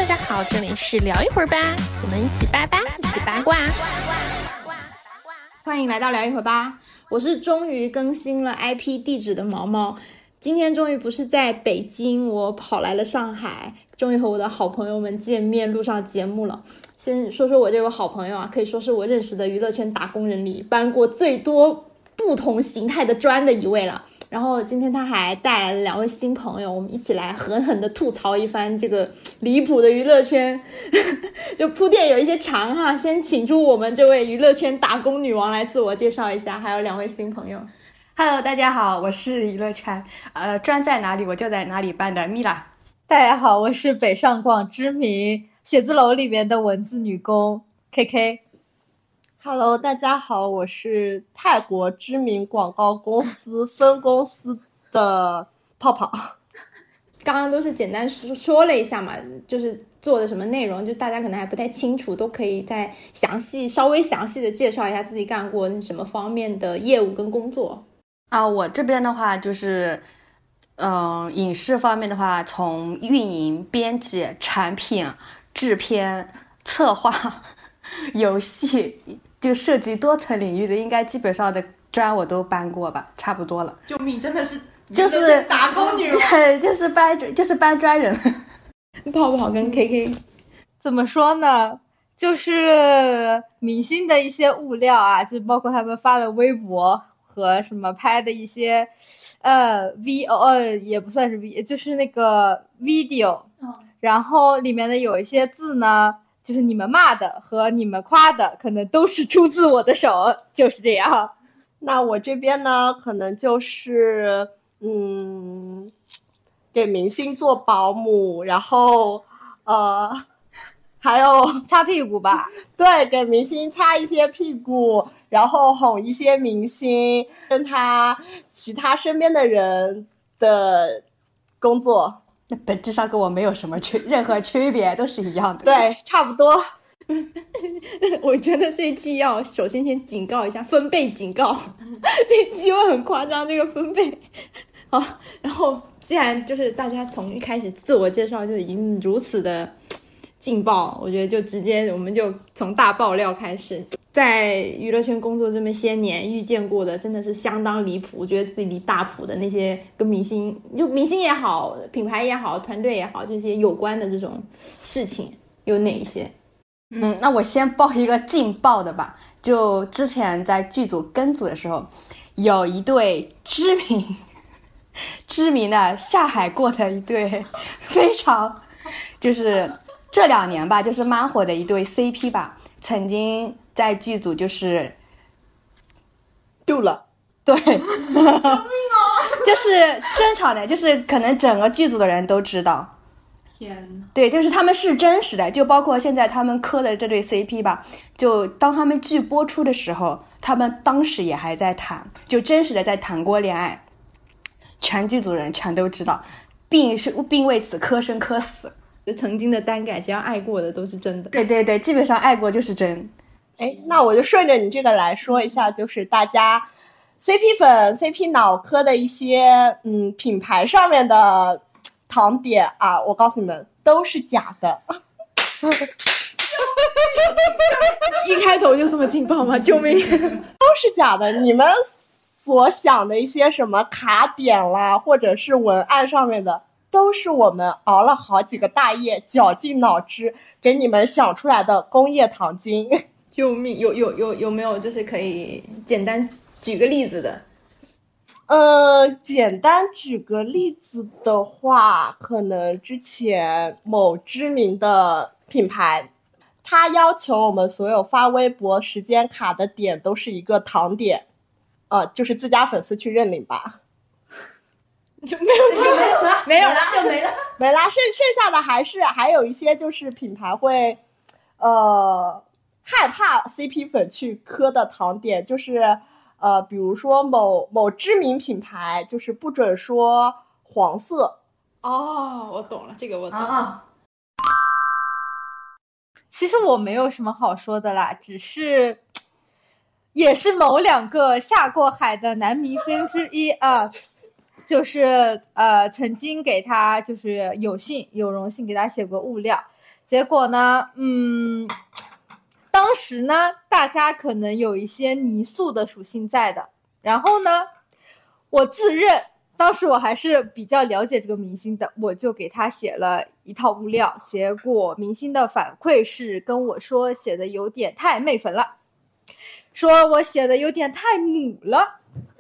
家好，这里是聊一会儿吧，我们一起八卦，一起八卦。 欢迎来到聊一会儿吧，我是终于更新了 IP 地址的毛毛。今天终于不是在北京，我跑来了上海，终于和我的好朋友们见面，录上节目了。先说说我这位好朋友啊，可以说是我认识的娱乐圈打工人里搬过最多不同形态的砖的一位了。然后今天他还带来了2位新朋友，我们一起来狠狠的吐槽一番这个离谱的娱乐圈就铺垫有一些长哈，先请出我们这位娱乐圈打工女王来自我介绍一下，还有2位新朋友。 Hello， 大家好，我是娱乐圈砖在哪里我就在哪里搬的米拉。 大家好，我是北上广知名写字楼里面的文字女工 KK。Hello， 大家好，我是泰国知名广告公司分公司的泡泡。 刚刚都是简单说了一下嘛，就是做的什么内容，就大家可能还不太清楚，都可以再稍微详细的介绍一下自己干过什么方面的业务跟工作。 我这边的话就是影视方面的话，从运营、编辑、产品、制片、策划、游戏，就涉及多层领域的，应该基本上的砖我都搬过吧，差不多了。 救命，真的是就是打工女王， 对，就是搬砖人。 泡泡跟 KK 怎么说呢？就是明星的一些物料啊，就包括他们发的微博和什么拍的一些也不算是 V， 就是那个 video，然后里面的有一些字呢，就是你们骂的和你们夸的可能都是出自我的手，就是这样。 那我这边呢，可能就是给明星做保姆，然后还有擦屁股吧。 对，给明星擦一些屁股，然后哄一些明星，跟他其他身边的人的工作， 那本质上跟我没有什么任何区别，都是一样的。 对，差不多。 我觉得这一期要首先警告一下，分贝警告，这一期会很夸张，这个分贝。好，然后既然就是大家从一开始自我介绍就已经如此的劲爆，我觉得就直接我们就从大爆料开始。在娱乐圈工作这么些年，遇见过的真的是相当离谱，我觉得自己离大谱的那些跟明星也好，品牌也好，团队也好，这些有关的这种事情有哪一些？ 那我先报一个劲爆的吧。就之前在剧组跟组的时候，有一对知名的下海过的一对非常就是这2年吧，就是蛮火的一对 CP 吧，曾经在剧组就是丢了。 对，救命哦！就是正常的，就是可能整个剧组的人都知道。 天哪！ 对，就是他们是真实的，就包括现在他们磕的这对 CP 吧，就当他们剧播出的时候，他们当时也还在谈，就真实的在谈过恋爱，全剧组人全都知道，并为此磕生磕死。 就曾经的单改，只要爱过的都是真的。 对对对，基本上爱过就是真。 那我就顺着你这个来说一下，就是大家 CP 粉 CP 脑磕的一些品牌上面的糖点啊，我告诉你们都是假的。 一开头就这么劲爆吗？救命！ 都是假的。你们所想的一些什么卡点啦，或者是文案上面的，都是我们熬了好几个大夜，绞尽脑汁给你们想出来的工业糖精。 救命！有没有就是可以简单举个例子的？ 简单举个例子的话，可能之前某知名的品牌，他要求我们所有发微博时间卡的点都是一个糖点，就是自家粉丝去认领吧。 就没有了，就没了， 剩下的还有一些就是品牌会害怕 CP 粉去磕的糖点，就是比如说某知名品牌就是不准说黄色。 我懂了，这个我懂了。 其实我没有什么好说的啦，只是也是某2个下过海的男明星之一啊。 就是曾经给他就是有荣幸给他写过物料，结果呢，当时呢大家可能有一些泥塑的属性在的，然后呢，我自认当时我还是比较了解这个明星的，我就给他写了一套物料，结果明星的反馈是跟我说写的有点太媚粉了，说我写的有点太母了。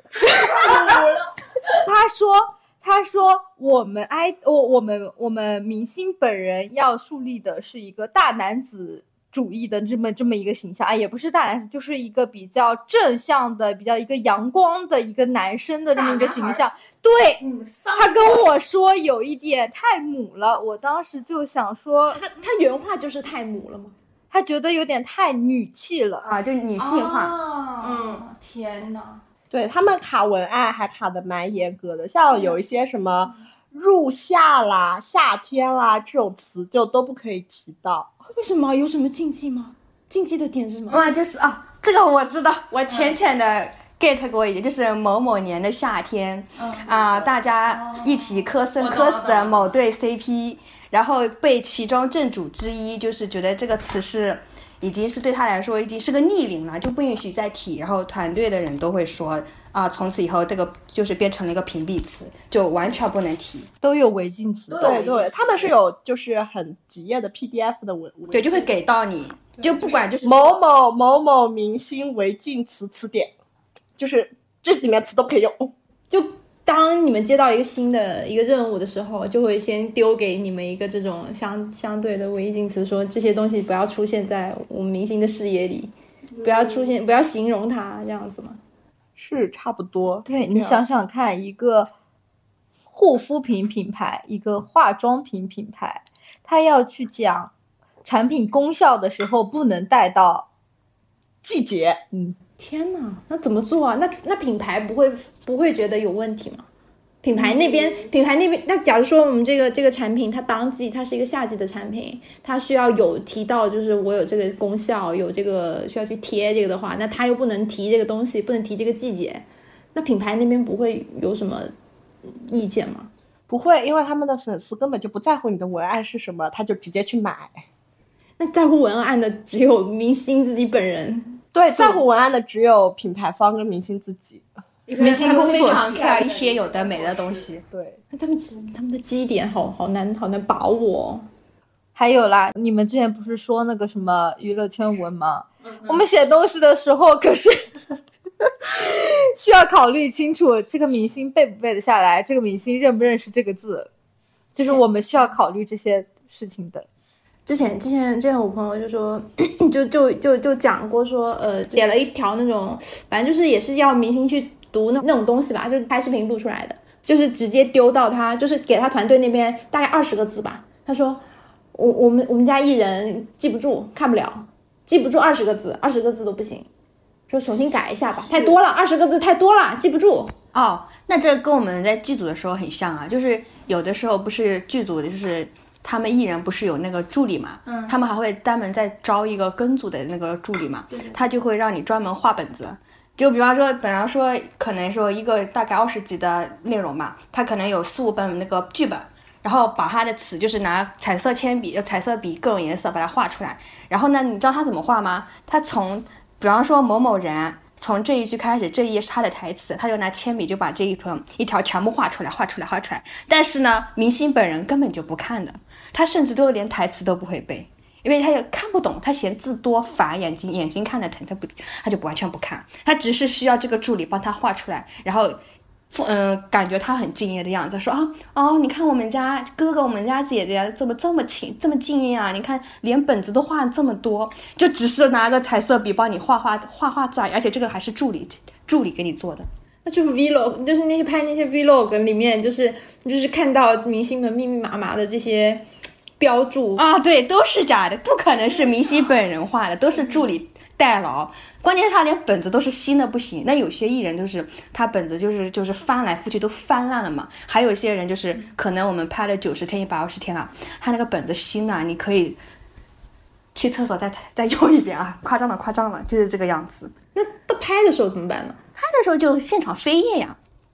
他说我们明星本人要树立的是一个大男子主义的这么一个形象啊，也不是大男子，就是一个比较正向的、比较一个阳光的一个男生的这么一个形象。对，他跟我说有一点太母了，我当时就想说， 他原话就是太母了吗？ 他觉得有点太女气了啊，就女性化。 天哪！ 对，他们卡文案还卡的蛮严格的，像有一些什么入夏啦、夏天啦这种词就都不可以提到。 为什么？有什么禁忌吗？禁忌的点是什么？ 哇，就是这个我知道，我浅浅的 get 过一点，就是某某年的夏天，大家一起磕生磕死的某对 CP，然后被其中正主之一就是觉得这个词是已经是对他来说已经是个逆鳞了，就不允许再提，然后团队的人都会说从此以后这个就是变成了一个屏蔽词，就完全不能提， 都有违禁词。 对对，他们是有就是很几页的 PDF 的文， 对，就会给到你，就不管就是某某某某明星违禁词词典，就是这里面词都可以用。 就当你们接到一个新的一个任务的时候，就会先丢给你们一个这种相对的违禁词，说这些东西不要出现在我们明星的视野里，不要出现，不要形容它，这样子吗？ 是差不多。 对，你想想看，一个护肤品品牌，一个化妆品品牌，它要去讲产品功效的时候，不能带到季节。 天哪，那怎么做啊？那品牌不会觉得有问题吗？品牌那边，那假如说我们这个产品它当季它是一个夏季的产品，它需要有提到就是我有这个功效，有这个需要去贴这个的话，那它又不能提这个东西，不能提这个季节，那品牌那边不会有什么意见吗？ 不会，因为他们的粉丝根本就不在乎你的文案是什么，他就直接去买。 那在乎文案的只有明星自己本人。 对，在乎文案的只有品牌方跟明星自己。 明星工非常 care 一些有的没的东西。 对， 那他们的基点好难把握哦。 还有啦，你们之前不是说那个什么娱乐圈文吗？我们写东西的时候可是需要考虑清楚这个明星背不背得下来，这个明星认不认识这个字，就是我们需要考虑这些事情的。 之前我朋友就说就讲过说写了一条那种反正就是也是要明星去读那种东西吧，就拍视频录出来的，就是直接丢到他，就是给他团队那边大概20个字吧。他说我们家艺人记不住，看不了，记不住20个字，20个字都不行，说重新改一下吧，太多了，20个字太多了，记不住。 那这跟我们在剧组的时候很像啊，就是有的时候不是剧组的就是他们艺人不是有那个助理嘛，他们还会专门再招一个跟组的那个助理嘛，他就会让你专门画本子。就比方说本来说可能说一个大概20集的内容嘛，他可能有4、5本那个剧本，然后把他的词就是拿彩色铅笔、彩色笔各种颜色把它画出来。然后呢，你知道他怎么画吗？他从比方说某某人从这一句开始，这一页是他的台词，他就拿铅笔就把这一条全部画出来。但是呢，明星本人根本就不看的，他甚至都连台词都不会背。因为他也看不懂，他嫌字多烦，眼睛看得疼，他就完全不看，他只是需要这个助理帮他画出来，然后感觉他很敬业的样子，说你看我们家哥哥我们家姐姐这么敬业啊，你看连本子都画这么多，就只是拿个彩色笔帮你画字，而且这个还是助理给你做的。 那就是 vlog， 就是那些拍那些 vlog 里面就是看到明星们密密麻麻的这些标注对，都是假的，不可能是明星本人画的，都是助理代劳。关键是他连本子都是新的不行，那有些艺人就是他本子就是翻来覆去都翻烂了嘛，还有一些人就是可能我们拍了90天120天了，他那个本子新的，你可以去厕所再用一遍啊，夸张了，就是这个样子。 那到拍的时候怎么办呢？ 拍的时候就现场飞页呀。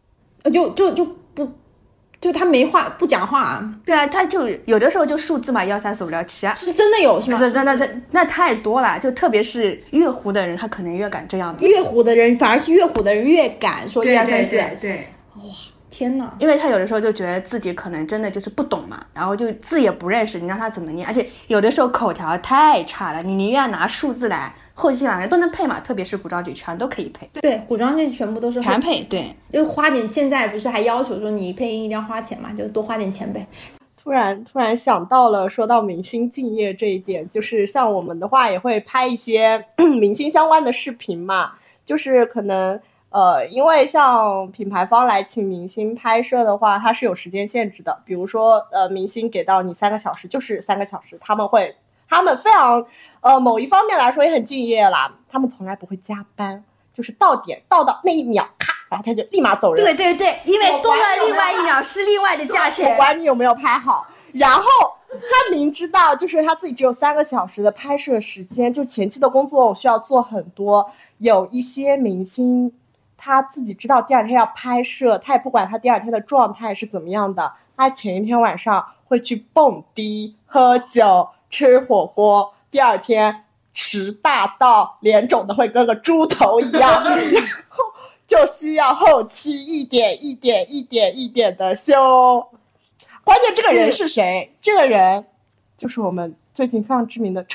就他没话不讲话， 对啊，他就有的时候就数字嘛，1、2、3、4、5、6、7啊， 是真的有是吗？ 那太多了，就特别是越糊的人，他可能越敢这样子。 越糊的人反而是越糊的人越敢说1、2、3、4。 对， 哇，天哪！ 因为他有的时候就觉得自己可能真的就是不懂嘛，然后就字也不认识，你让他怎么念？而且有的时候口条太差了，你宁愿拿数字来，后期两个人都能配嘛，特别是古装剧全都可以配。 对，古装剧全部都是全配，对， 就花点。现在不是还要求说你配音一定要花钱嘛，就多花点钱呗。 突然想到了，说到明星敬业这一点，就是像我们的话也会拍一些明星相关的视频嘛，就是可能因为像品牌方来请明星拍摄的话，它是有时间限制的，比如说明星给到你3个小时就是3个小时，他们非常某一方面来说也很敬业啦，他们从来不会加班，就是到点到那一秒咔，然后他就立马走人。 对对对，因为多了另外1秒是另外的价钱， 我管你有没有拍好。然后他明知道就是他自己只有3个小时的拍摄时间，就前期的工作需要做很多，有一些明星他自己知道第2天要拍摄，他也不管他第2天的状态是怎么样的，他前一天晚上会去蹦迪喝酒吃火锅，第2天迟大到脸肿的会跟个猪头一样然后就需要后期一点的修。关键这个人是谁？这个人就是我们最近非常知名的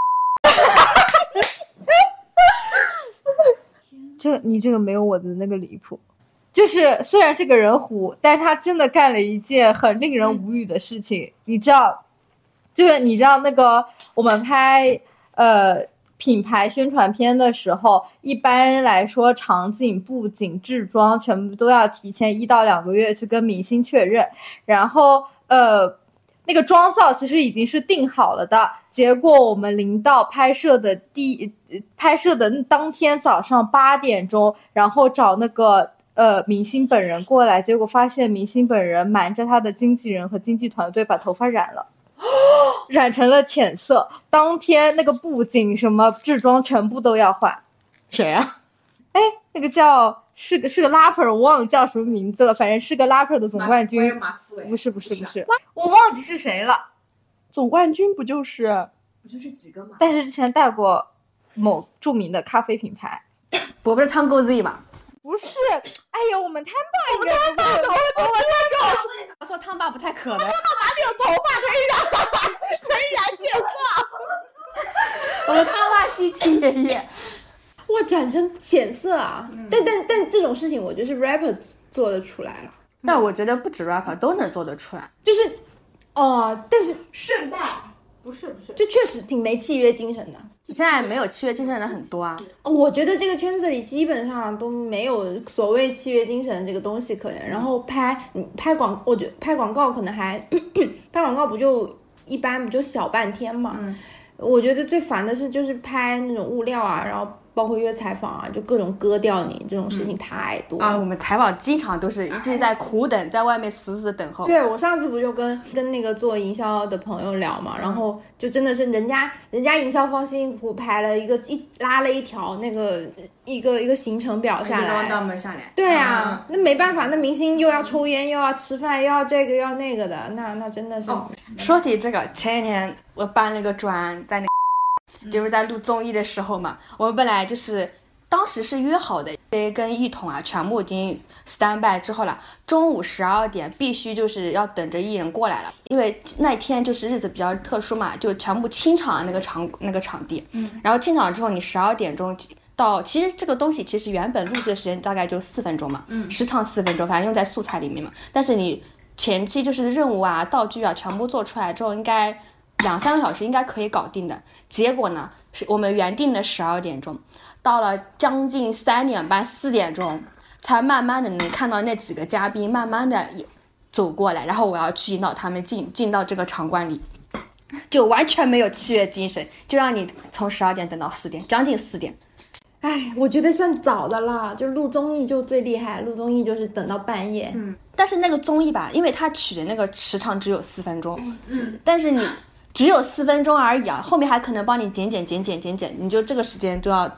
你这个没有我的那个离谱，就是虽然这个人糊，但他真的干了一件很令人无语的事情。你知道那个我们拍品牌宣传片的时候，一般来说场景、布景、制装全部都要提前1到2个月去跟明星确认，然后那个妆造其实已经是定好了的，结果我们临到拍摄的当天早上8点钟，然后找那个明星本人过来，结果发现明星本人瞒着他的经纪人和经纪团队把头发染了，染成了浅色。当天那个布景什么制装全部都要换。 谁啊？ 哎，那个是个 rapper， 我忘了叫什么名字了，反正是个 rapper 的总冠军。不是，我忘记是谁了。 总冠军不就是几个吗？ 但是之前带过某著名的咖啡品牌。 不是汤 GoZ 吧？ 不是，哎呀，我们汤爸应该不会， 我说汤爸不太可能。 哪里有头发可以染浅色？ 我们汤爸西奇爷爷。 哇，染成浅色啊！但这种事情我觉得是 rapper 做得出来了。 但我觉得不止 rapper 都能做得出来， 就是但是圣诞不是，这确实挺没契约精神的。 现在没有契约精神的人很多啊。 我觉得这个圈子里基本上都没有所谓契约精神这个东西可言。然后我觉得拍广告可能还拍广告不就一般不就小半天嘛。我觉得最烦的是就是拍那种物料啊，然后包括约采访啊，就各种割掉你这种事情太多啊。我们采访经常都是一直在苦等，在外面死等候。 对，我上次不就跟那个做营销的朋友聊嘛，然后就真的是人家营销方辛辛苦苦排了拉了一条那个一个行程表下来，对啊，那没办法，那明星又要抽烟又要吃饭又要这个又要那个的，那真的是。 说起这个，前几天我搬了个砖在就是在录综艺的时候嘛，我们本来就是当时是约好的，跟一统啊全部已经 stand by 之后了，中午12点必须就是要等着艺人过来了，因为那天就是日子比较特殊嘛，就全部清场那个场地，然后清场之后你12点钟到，其实这个东西其实原本录制的时间大概就4分钟嘛，时长4分钟，反正用在素材里面嘛，但是你前期就是任务啊道具啊全部做出来之后，应该2-3个小时应该可以搞定的。结果呢，是我们原定的12点钟，到了将近3点半4点钟，才慢慢的能看到那几个嘉宾慢慢的走过来，然后我要去引导他们进到这个场馆里，就完全没有契约精神，就让你从12点等到4点，将近4点。 哎，我觉得算早的啦，就录综艺就最厉害，录综艺就是等到半夜。 但是那个综艺吧，因为它取的那个时长只有4分钟，但是你只有4分钟而已啊，后面还可能帮你剪，你就这个时间都要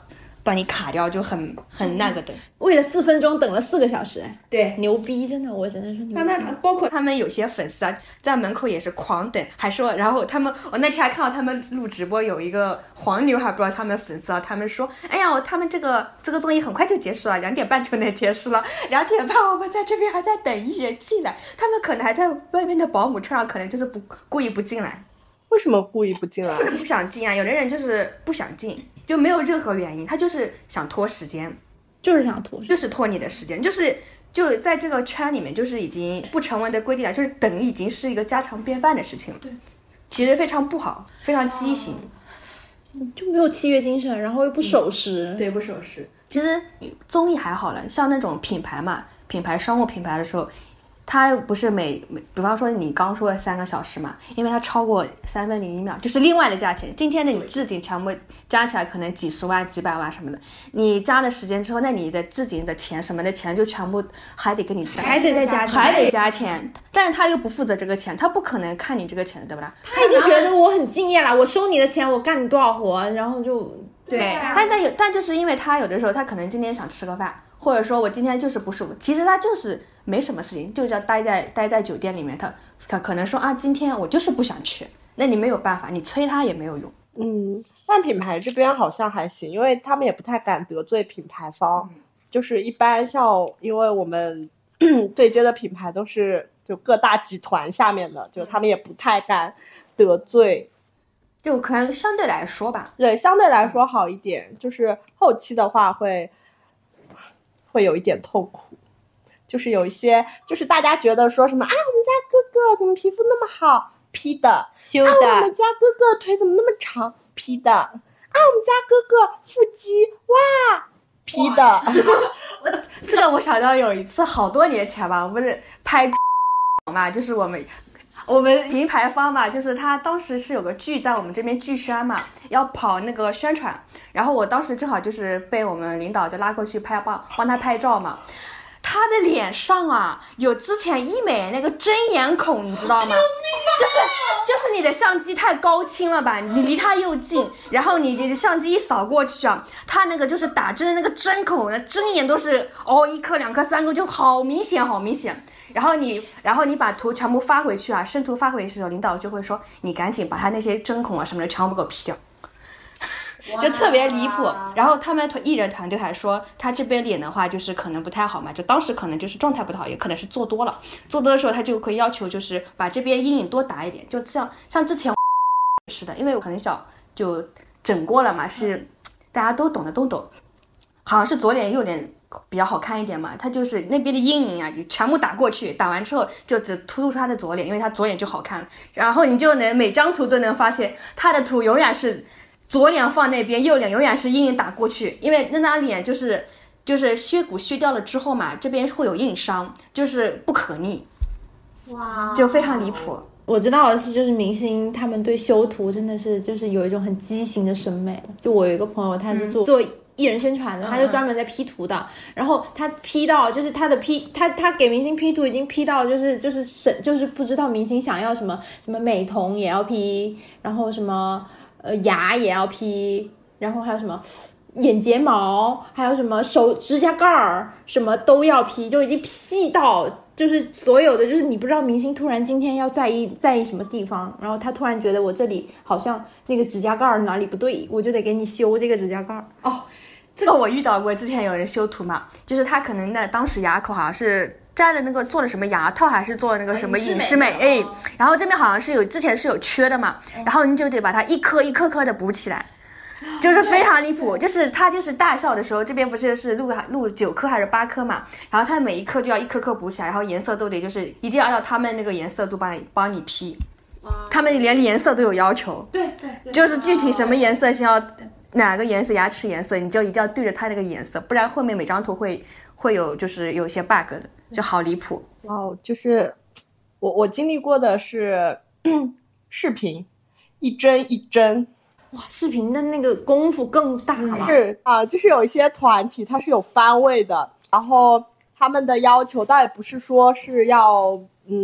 帮你卡掉，就很那个的。 为了4分钟等了4个小时， 对， 牛逼，真的，我只能说牛逼。 那包括他们有些粉丝啊，在门口也是狂等，还说，然后我那天还看到他们录直播，有一个黄牛还不知道他们粉丝啊，他们说，哎呀，他们这个综艺很快就结束了，2点半就能结束了，2点半我们在这边还在等艺人进来，他们可能还在外面的保姆车上，可能就是故意不进来。 为什么故意不进来？ 就是不想进啊，有的人就是不想进，就没有任何原因，他就是想拖时间， 就是想拖， 就是拖你的时间，就在这个圈里面，就是已经不成文的规定了，就是等已经是一个家常便饭的事情了。对，其实非常不好，非常畸形， 就没有契约精神，然后又不守时。 对，不守时。其实综艺还好了，像那种品牌嘛，商务品牌的时候。它不是比方说你刚说的3个小时嘛，因为它超过3分01秒，就是另外的价钱。今天的你置景全部加起来可能几十万、几百万什么的，你加了时间之后，那你的置景的钱什么的钱就全部还得给你加， 还得再加钱， 还得加钱。但是他又不负责这个钱，他不可能看你这个钱，对不对？ 他已经觉得我很敬业了，我收你的钱，我干你多少活，然后就对。但就是因为他有的时候他可能今天想吃个饭，或者说我今天就是不舒服，其实他就是没什么事情，就是要待在酒店里面，他可能说啊，今天我就是不想去，那你没有办法，你催他也没有用。 但品牌这边好像还行，因为他们也不太敢得罪品牌方，就是一般像因为我们对接的品牌都是就各大集团下面的，就他们也不太敢得罪， 就可能相对来说吧， 对，相对来说好一点，就是后期的话会有一点痛苦。就是有一些，就是大家觉得说什么啊，我们家哥哥怎么皮肤那么好，P 的； 修的。 我们家哥哥腿怎么那么长，P 的；我们家哥哥腹肌哇，P 的。 这个我想到有一次好多年前吧，不是拍嘛，就是我们品牌方嘛，就是他当时是有个剧在我们这边剧宣嘛，要跑那个宣传，然后我当时正好就是被我们领导就拉过去帮他拍照嘛。他的脸上啊有之前医美那个针眼孔，你知道吗？就是你的相机太高清了吧，你离他又近，然后你的相机一扫过去啊，他那个就是打针的那个针孔的针眼都是1颗2颗3颗，就好明显。然后你把图全部发回去啊，生图发回去的时候，领导就会说你赶紧把他那些针孔啊什么的全部给我 P 掉。就特别离谱，然后他们艺人团队还说他这边脸的话就是可能不太好嘛，就当时可能就是状态不太好，也可能是做多了的时候他就可以要求就是把这边阴影多打一点，就像之前是的，因为我可能小就整过了嘛，是大家都懂，好像是左脸右脸比较好看一点嘛，他就是那边的阴影啊，你全部打过去，打完之后就只突出他的左脸，因为他左脸就好看，然后你就能每张图都能发现他的图永远是左脸放那边，右脸永远是阴影打过去，因为那张脸就是削骨削掉了之后嘛，这边会有硬伤，就是不可逆，哇，就非常离谱。 我知道的是，就是明星他们对修图真的是就是有一种很畸形的审美。就我有一个朋友，他是做艺人宣传的，他就专门在 P 图的，然后他 P 到就是他的 P， 他给明星 P 图已经 P 到就是不知道明星想要什么美瞳也要 P， 然后什么牙也要 P， 然后还有什么眼睫毛，还有什么手指甲盖儿，什么都要 P， 就已经 P 到就是所有的，就是你不知道明星突然今天要在意什么地方，然后他突然觉得我这里好像那个指甲盖儿哪里不对，我就得给你修这个指甲盖儿。 哦，这个我遇到过，之前有人修图嘛，就是他可能当时牙口好像是摘了那个做了什么牙套，还是做了那个什么隐适美，然后这边好像是之前是有缺的嘛，然后你就得把它一颗一颗颗的补起来，就是非常离谱。就是他就是大笑的时候，这边不是录9颗还是8颗嘛，然后他每一颗就要一颗颗补起来，然后颜色都得就是一定要按照他们那个颜色度帮你 P， 他们连颜色都有要求，对，就是具体什么颜色先要哪个颜色牙齿颜色，你就一定要对着它那个颜色，不然后面每张图会有就是有一些 bug 的，就好离谱。 就是我经历过的是视频一帧一帧， 哇，视频的那个功夫更大了。 是啊，就是有一些团体它是有番位的，然后他们的要求倒也不是说是要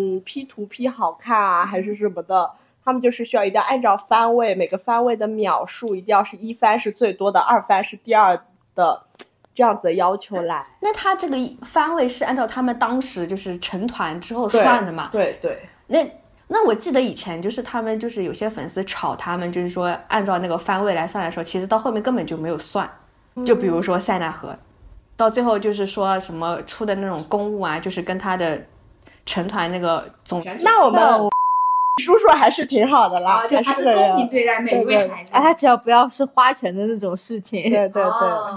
P 图 P 好看啊还是什么的，他们就是需要一定要按照番位，每个番位的秒数一定要是1番是最多的，2番是第二的这样子的要求来。 那他这个番位是按照他们当时就是成团之后算的嘛？ 对对。 那我记得以前就是他们就是有些粉丝炒他们，就是说按照那个番位来算的时候，其实到后面根本就没有算。就比如说塞纳河，到最后就是说什么出的那种公务啊，就是跟他的成团那个总选举。 那我们叔叔还是挺好的啦， 就还是公平对待每一位孩子。 他只要不要是花钱的那种事情。 对对对。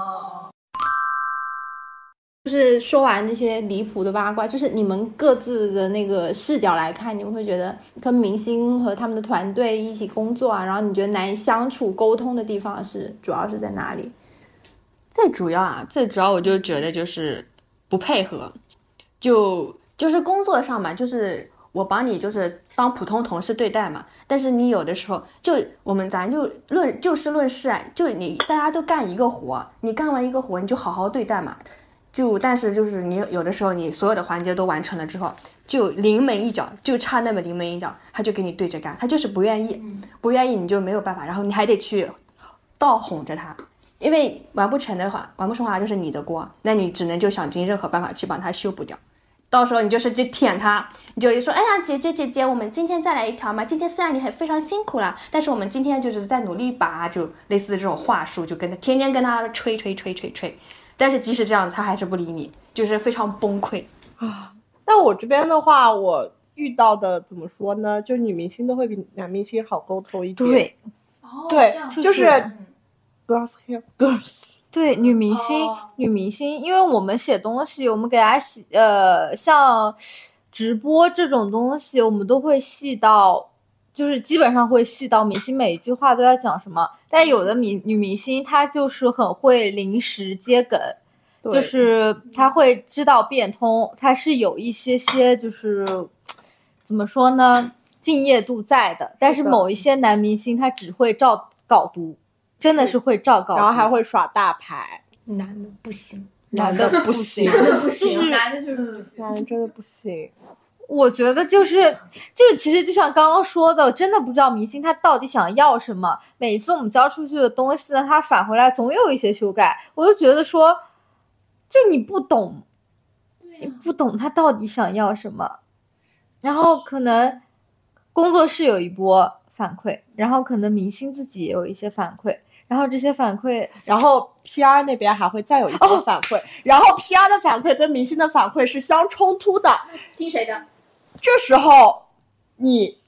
就是说完这些离谱的八卦，就是你们各自的那个视角来看，你们会觉得跟明星和他们的团队一起工作啊，然后你觉得难以相处沟通的地方主要是在哪里？ 最主要我就觉得就是不配合，就是工作上嘛，就是我把你就是当普通同事对待嘛，但是你有的时候咱就就事论事啊，就大家都干一个活，你干完一个活你就好好对待嘛。但是就是你有的时候你所有的环节都完成了之后，就临门一脚，就差那么临门一脚，他就给你对着干，他就是不愿意，你就没有办法，然后你还得去倒哄着他，因为完不成的话就是你的锅，那你只能就想尽任何办法去帮他修补掉。到时候你就是去舔他，你就说，哎呀，姐姐，我们今天再来一条嘛。今天虽然你非常辛苦了，但是我们今天就是在努力吧，就类似这种话术，就天天跟他吹。但是即使这样，他还是不理你，就是非常崩溃啊。但我这边的话，我遇到的怎么说呢？就女明星都会比男明星好沟通一点。 对， 对，就是 girls here girls。 对，女明星，因为我们写东西，我们给她像直播这种东西，我们都会细到，就是基本上会细到明星每一句话都要讲什么。但有的女明星她就是很会临时接梗，就是她会知道变通，她是有一些就是怎么说呢，敬业度在的。但是某一些男明星他只会照稿读，真的是会照稿读， 然后还会耍大牌。 男的不行， 男的不行， 男的不行，男的就是不行， 男的真的不行。 我觉得就是其实就像刚刚说的，真的不知道明星他到底想要什么。每一次我们交出去的东西呢，他返回来总有一些修改，我就觉得说，就你不懂，你不懂他到底想要什么。然后可能工作室有一波反馈，然后可能明星自己也有一些反馈，然后这些反馈， 然后 PR 那边还会再有一波反馈，然后 PR 的反馈跟明星的反馈是相冲突的。 听谁的？ 这时候你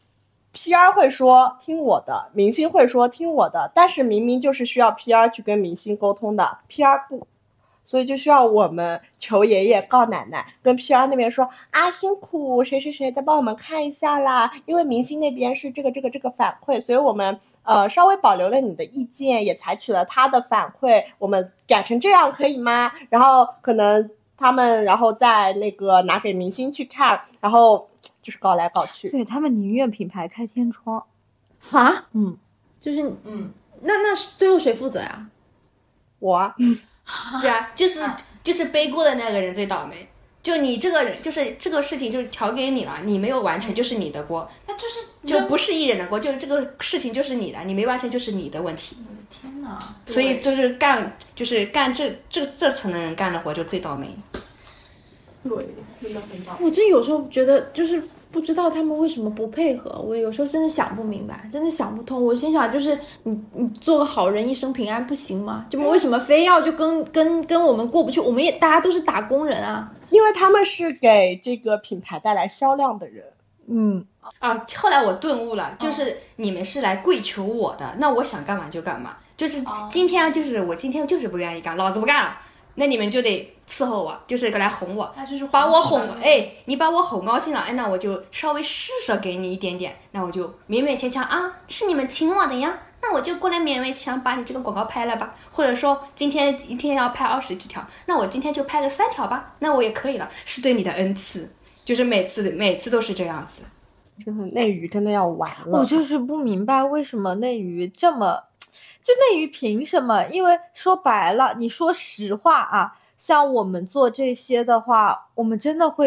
PR 会说听我的，明星会说听我的，但是明明就是需要 PR 去跟明星沟通的， PR 不，所以就需要我们求爷爷告奶奶跟 PR 那边说啊，辛苦谁谁谁再帮我们看一下啦，因为明星那边是这个反馈，所以我们稍微保留了你的意见，也采取了他的反馈，我们改成这样可以吗？然后可能他们然后再那个拿给明星去看，然后就是搞来搞去。 对，他们宁愿品牌开天窗啊，就是那最后谁负责呀？ 我啊， 对啊，就是背锅的那个人最倒霉。就你这个人，就是这个事情就是调给你了，你没有完成就是你的锅， 那就不是艺人的锅，就是这个事情就是你的，你没完成就是你的问题。 天哪！ 所以就是干这层的人干的活就最倒霉。 对，真的很倒霉。 我真有时候觉得就是不知道他们为什么不配合，我有时候真的想不明白，真的想不通。我心想就是你做个好人一生平安不行吗？就为什么非要就跟我们过不去？我们也大家都是打工人啊， 因为他们是给这个品牌带来销量的人。 后来我顿悟了，就是你们是来跪求我的，那我想干嘛就干嘛，就是今天就是我今天就是不愿意干，老子不干了，那你们就得伺候我，就是来哄我， 就是把我哄，你把我哄高兴了，那我就稍微施舍给你一点点，那我就勉勉强强啊，是你们请我的呀，那我就过来勉强强把你这个广告拍了吧，或者说今天一天要拍20几条，那我今天就拍个3条吧，那我也可以了，是对你的恩赐，就是每次都是这样子。 真的内娱真的要完了。 我就是不明白为什么内娱这么，就内娱凭什么？因为说白了，你说实话啊，像我们做这些的话，我们真的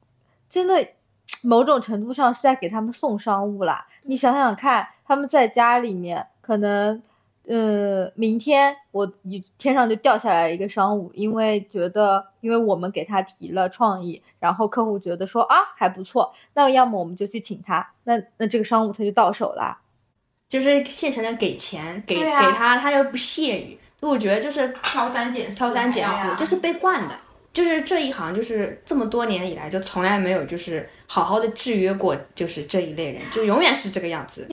某种程度上是在给他们送商务啦。你想想看，他们在家里面可能明天天上就掉下来一个商务，因为我们给他提了创意，然后客户觉得说啊还不错，那要么我们就去请他，那这个商务他就到手了。 就是现成的给钱给他，他又不屑于，我觉得就是挑三拣四， 就是被惯的。就是这一行就是这么多年以来就从来没有就是好好的制约过就是这一类人，就永远是这个样子。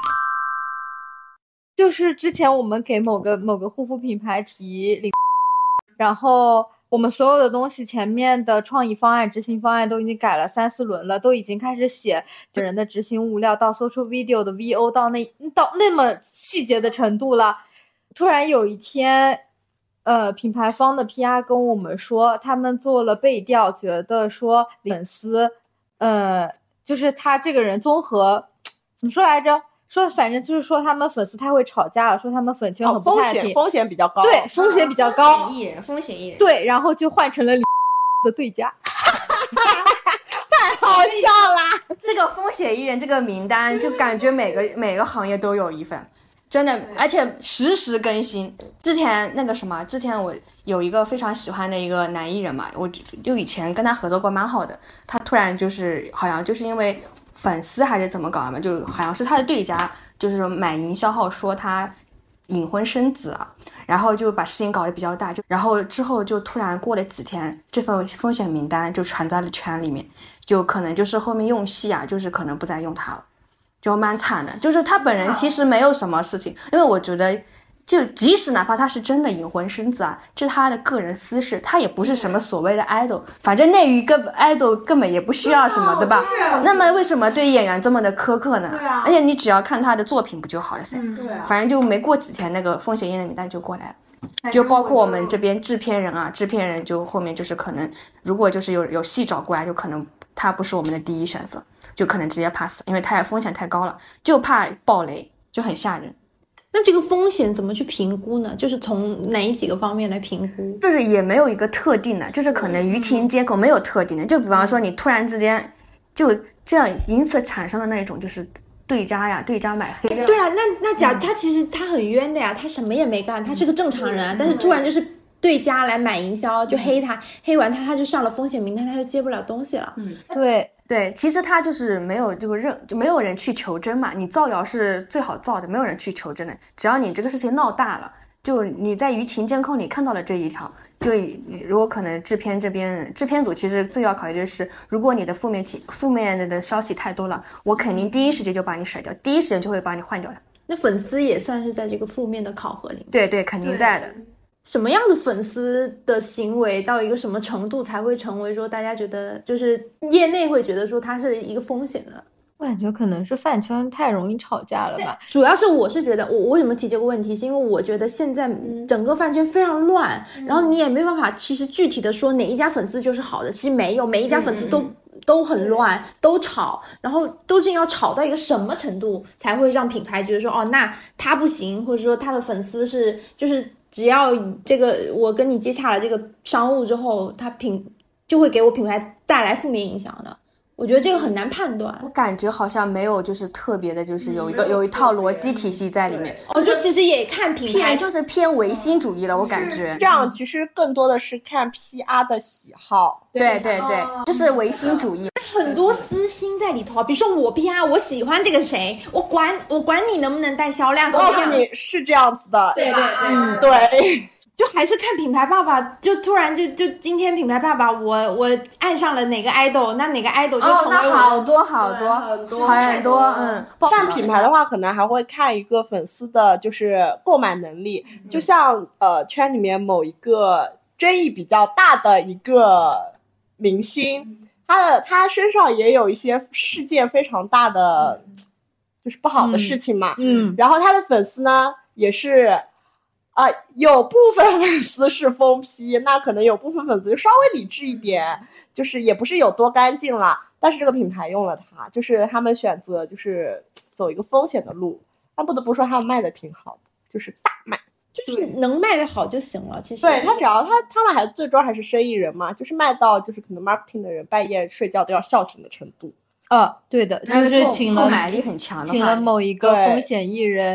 就是之前我们给某个护肤品牌提然后我们所有的东西前面的创意方案执行方案都已经改了3-4轮了，都已经开始写人的执行物料到 social video 的 VO 到那么细节的程度了。突然有一天品牌方的 PR 跟我们说他们做了背调，觉得说粉丝就是他这个人综合怎么说来着，说反正就是说他们粉丝太会吵架了，说他们粉圈很不太平， 风险比较高， 对，风险比较高， 风险艺人， 对，然后就换成了的对家。 太好笑啦！ 这个风险艺人这个名单就感觉每个行业都有一份，真的，而且实时更新。之前我有一个非常喜欢的一个男艺人嘛，我就以前跟他合作过蛮好的，他突然就是好像就是因为粉丝还是怎么搞的嘛，就好像是他的对家就是买营销号说他隐婚生子了，然后就把事情搞得比较大，然后之后就突然过了几天，这份风险名单就传在了圈里面，就可能就是后面用戏啊，就是可能不再用他了，就蛮惨的。就是他本人其实没有什么事情，因为我觉得就即使哪怕他是真的隐婚生子啊，这是他的个人私事，他也不是什么所谓的 idol， 反正那一个 idol 根本也不需要什么，对吧？那么为什么对演员这么的苛刻呢？而且你只要看他的作品不就好了噻？反正就没过几天，那个风险艺人名单就过来了。就包括我们这边制片人就后面就是可能如果就是有戏找过来，就可能他不是我们的第一选择，就可能直接 pass， 因为他风险太高了，就怕爆雷，就很吓人。 那这个风险怎么去评估呢？就是从哪几个方面来评估？ 就是也没有一个特定的，就是可能舆情结构没有特定的，就比方说你突然之间就这样因此产生的那种就是对家买黑料。 对啊，那假如他其实他很冤的呀，他什么也没干，他是个正常人啊，但是突然就是对家来买营销就黑他，黑完他就上了风险名单，他就接不了东西了。 对， 其实他就是没有就没有人去求真嘛，你造谣是最好造的，没有人去求真的，只要你这个事情闹大了，就你在舆情监控里看到了这一条，就如果可能制片组其实最要考虑的是，如果你的负面的消息太多了，我肯定第一时间就把你甩掉，第一时间就会把你换掉的。 那粉丝也算是在这个负面的考核里对， 面。 肯定在的。 什么样的粉丝的行为到一个什么程度才会成为说大家觉得就是业内会觉得说它是一个风险的？ 我感觉可能是饭圈太容易吵架了吧。 主要是我是觉得我为什么提这个问题，是因为我觉得现在整个饭圈非常乱，然后你也没办法其实具体的说哪一家粉丝就是好的，其实没有，每一家粉丝都很乱，都吵，然后究竟要吵到一个什么程度才会让品牌觉得说哦那他不行，或者说他的粉丝是就是只要这个我跟你接洽了这个商务之后，他就会给我品牌带来负面影响的。我觉得这个很难判断， 我感觉好像没有就是特别的，就是有一套逻辑体系在里面。 我就其实也看品牌， 就是偏唯心主义了，我感觉这样其实更多的是看 PR 的喜好。 对，就是唯心主义， 很多私心在里头。比如说我 PR 我喜欢这个谁，我管你能不能带销量， 告诉你是这样子的， 对吧？ 对。 就还是看品牌爸爸，就突然就今天品牌爸爸我爱上了哪个 idol， 那哪个 idol 就成为我的好多很多。 像品牌的话，可能还会看一个粉丝的就是购买能力，就像圈里面某一个争议比较大的一个明星，他身上也有一些事件非常大的就是不好的事情嘛，然后他的粉丝呢也是。有部分粉丝是疯批，那可能有部分粉丝就稍微理智一点，就是也不是有多干净了，但是这个品牌用了它，就是他们选择就是走一个风险的路，但不得不说他们卖的挺好的，就是大卖， 就是能卖的好就行了。其实对他只要他们还最终还是生意人嘛，就是卖到就是可能 marketing 的人半夜睡觉都要笑醒的程度。 对的，就是请了购买力很强的话， 请了某一个风险艺人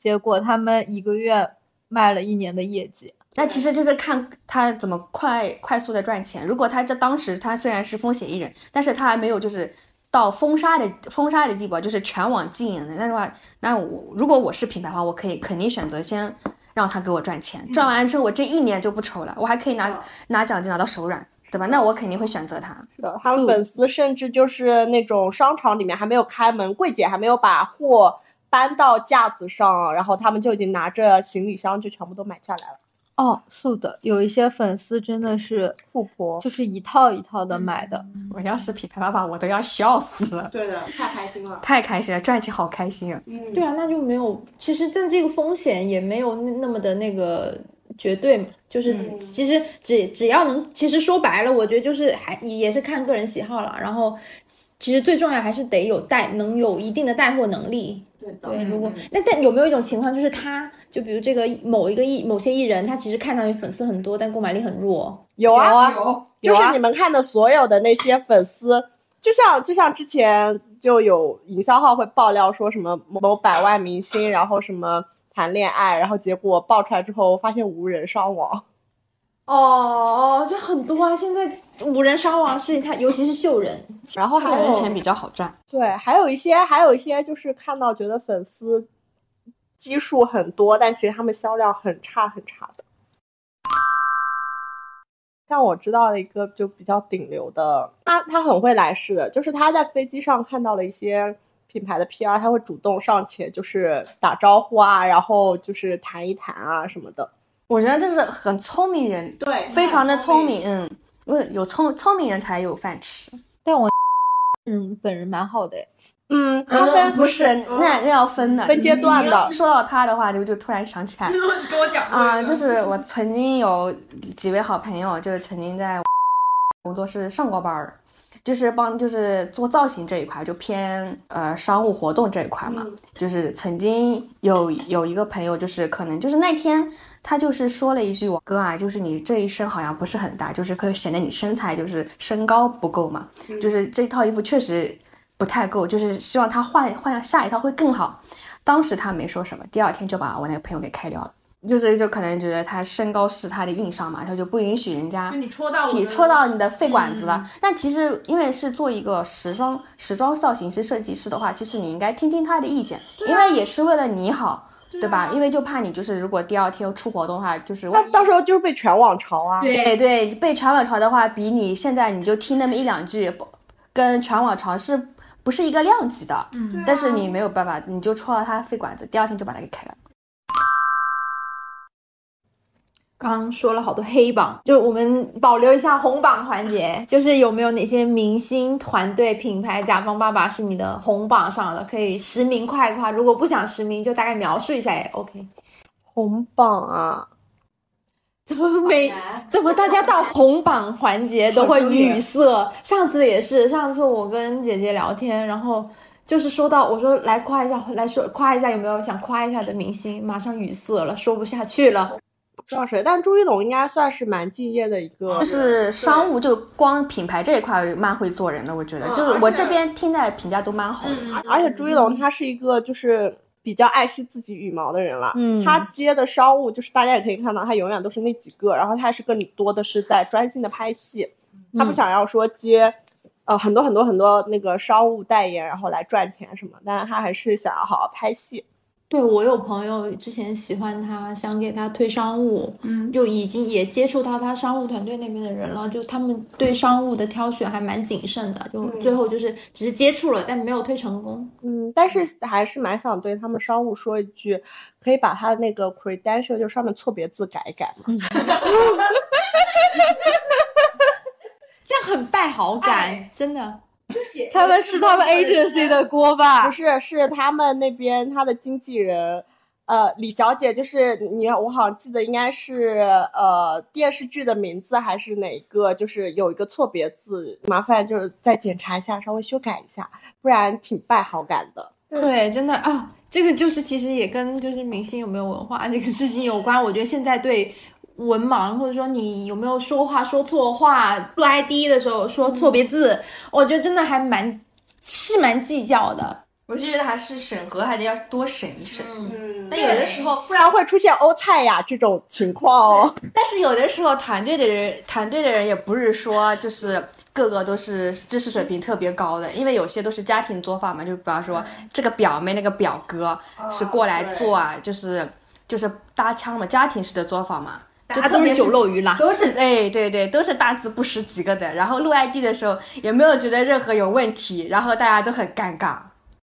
结果他们1个月卖了1年的业绩。 那其实就是看他怎么快速的赚钱。如果他当时他虽然是风险艺人，但是他还没有就是到封杀的地步，就是全网禁言的那的话，那如果我是品牌方，我肯定选择先让他给我赚钱，赚完之后我这1年就不愁了，我还可以拿奖金拿到手软，对吧？那我肯定会选择他。 是的，他们粉丝甚至就是那种商场里面还没有开门，柜姐还没有把货搬到架子上，然后他们就已经拿着行李箱就全部都买下来了。 哦，是的，有一些粉丝真的是富婆， 就是一套一套的买的。 我要是品牌爸爸，我都要笑死了。 对的，太开心了， 太开心了，赚钱好开心啊！ 对啊，那就没有，其实但这个风险也没有那么的那个绝对嘛，就是其实只要能，其实说白了，我觉得就是也是看个人喜好了。然后其实最重要还是得能有一定的带货能力。对，如果但有没有一种情况，就是就比如这个某些艺人，他其实看上去粉丝很多，但购买力很弱？ 有啊，就是你们看的所有的那些粉丝，就像之前就有营销号会爆料说什么某百万明星，然后什么谈恋爱，然后结果爆出来之后发现无人伤亡。 哦，就很多啊！现在无人伤亡是他，尤其是秀人， 然后还有钱比较好赚。 对，还有一些就是看到觉得粉丝基数很多，但其实他们销量很差的。像我知道的一个就比较顶流的，他很会来事的，就是他在飞机上看到了一些品牌的 PR， 他会主动上前就是打招呼啊，然后就是谈一谈啊什么的。 我觉得这是很聪明人， 对， 非常的聪明，因为有聪明人才有饭吃。 但我本人蛮好的， 他不是那要分的， 分阶段的。 你要是说到他的话，就突然想起来， 你跟我讲啊，就是我曾经有几位好朋友，就是曾经在工作室上过班儿，就是做造型这一块，就偏商务活动这一块嘛。就是曾经有一个朋友，就是可能就是那天他就是说了一句：“我哥啊，就是你这一身好像不是很大，就是可以显得你身材就是身高不够嘛，就是这套衣服确实不太够，就是希望他换下一套会更好。”当时他没说什么，第二天就把我那个朋友给开掉了。就可能觉得他身高是他的硬伤嘛，他就不允许人家戳到你的肺管子了。但其实因为是做一个时装造型师设计师的话，其实你应该听听他的意见，因为也是为了你好，对吧？因为就怕你就是如果第二天出活动的话，就是那到时候就是被全网嘲啊。 对，被全网嘲的话，比你现在你就听那么一两句，跟全网嘲是不是一个量级的？但是你没有办法，你就戳到他肺管子，第二天就把他给开了。 刚刚说了好多黑榜，就我们保留一下红榜环节，就是有没有哪些明星团队品牌甲方爸爸是你的红榜上的，可以实名夸一夸，如果不想实名就大概描述一下也 OK。 红榜啊， 怎么大家到红榜环节都会语塞？上次也是，上次我跟姐姐聊天，然后就是说到我说来夸一下有没有想夸一下的明星，马上语塞了，说不下去了。 不知道谁，但朱一龙应该算是蛮敬业的一个， 就是商务就光品牌这一块蛮会做人的，我觉得就是我这边听在评价都蛮好的。 而且朱一龙他是一个就是比较爱惜自己羽毛的人了，他接的商务就是大家也可以看到他永远都是那几个，然后他是更多的是在专心的拍戏，他不想要说接很多那个商务代言然后来赚钱什么，但是他还是想要好好拍戏。 对，我有朋友之前喜欢他，想给他推商务，就已经也接触到他商务团队那边的人了，就他们对商务的挑选还蛮谨慎的，就最后就是只是接触了，但没有推成功。 但是还是蛮想对他们商务说一句，可以把他的那个 credential 就上面错别字改一改嘛。 这样很败好感，真的。 他们是他们 agency 的锅吧？ 不是，是他们那边他的经纪人，李小姐，就是我好像记得应该是电视剧的名字还是哪个，就是有一个错别字，麻烦就是再检查一下，稍微修改一下，不然挺败好感的。 对，真的啊，这个就是其实也跟就是明星有没有文化这个事情有关。我觉得现在对文盲或者说你有没有说话说错话不 ID 的时候说错别字，我觉得真的还蛮计较的。 我就觉得还是审核还得要多审一审。但有的时候， 不然会出现欧菜呀这种情况哦。 但是有的时候团队的人也不是说就是个个都是知识水平特别高的，因为有些都是家庭做法嘛，就比方说这个表妹那个表哥是过来做啊，就是搭腔嘛，家庭式的做法嘛。 就都是酒漏鱼啦， 都是对，都是大字不识几个的。然后录 ID 的时候也没有觉得任何有问题，然后大家都很尴尬。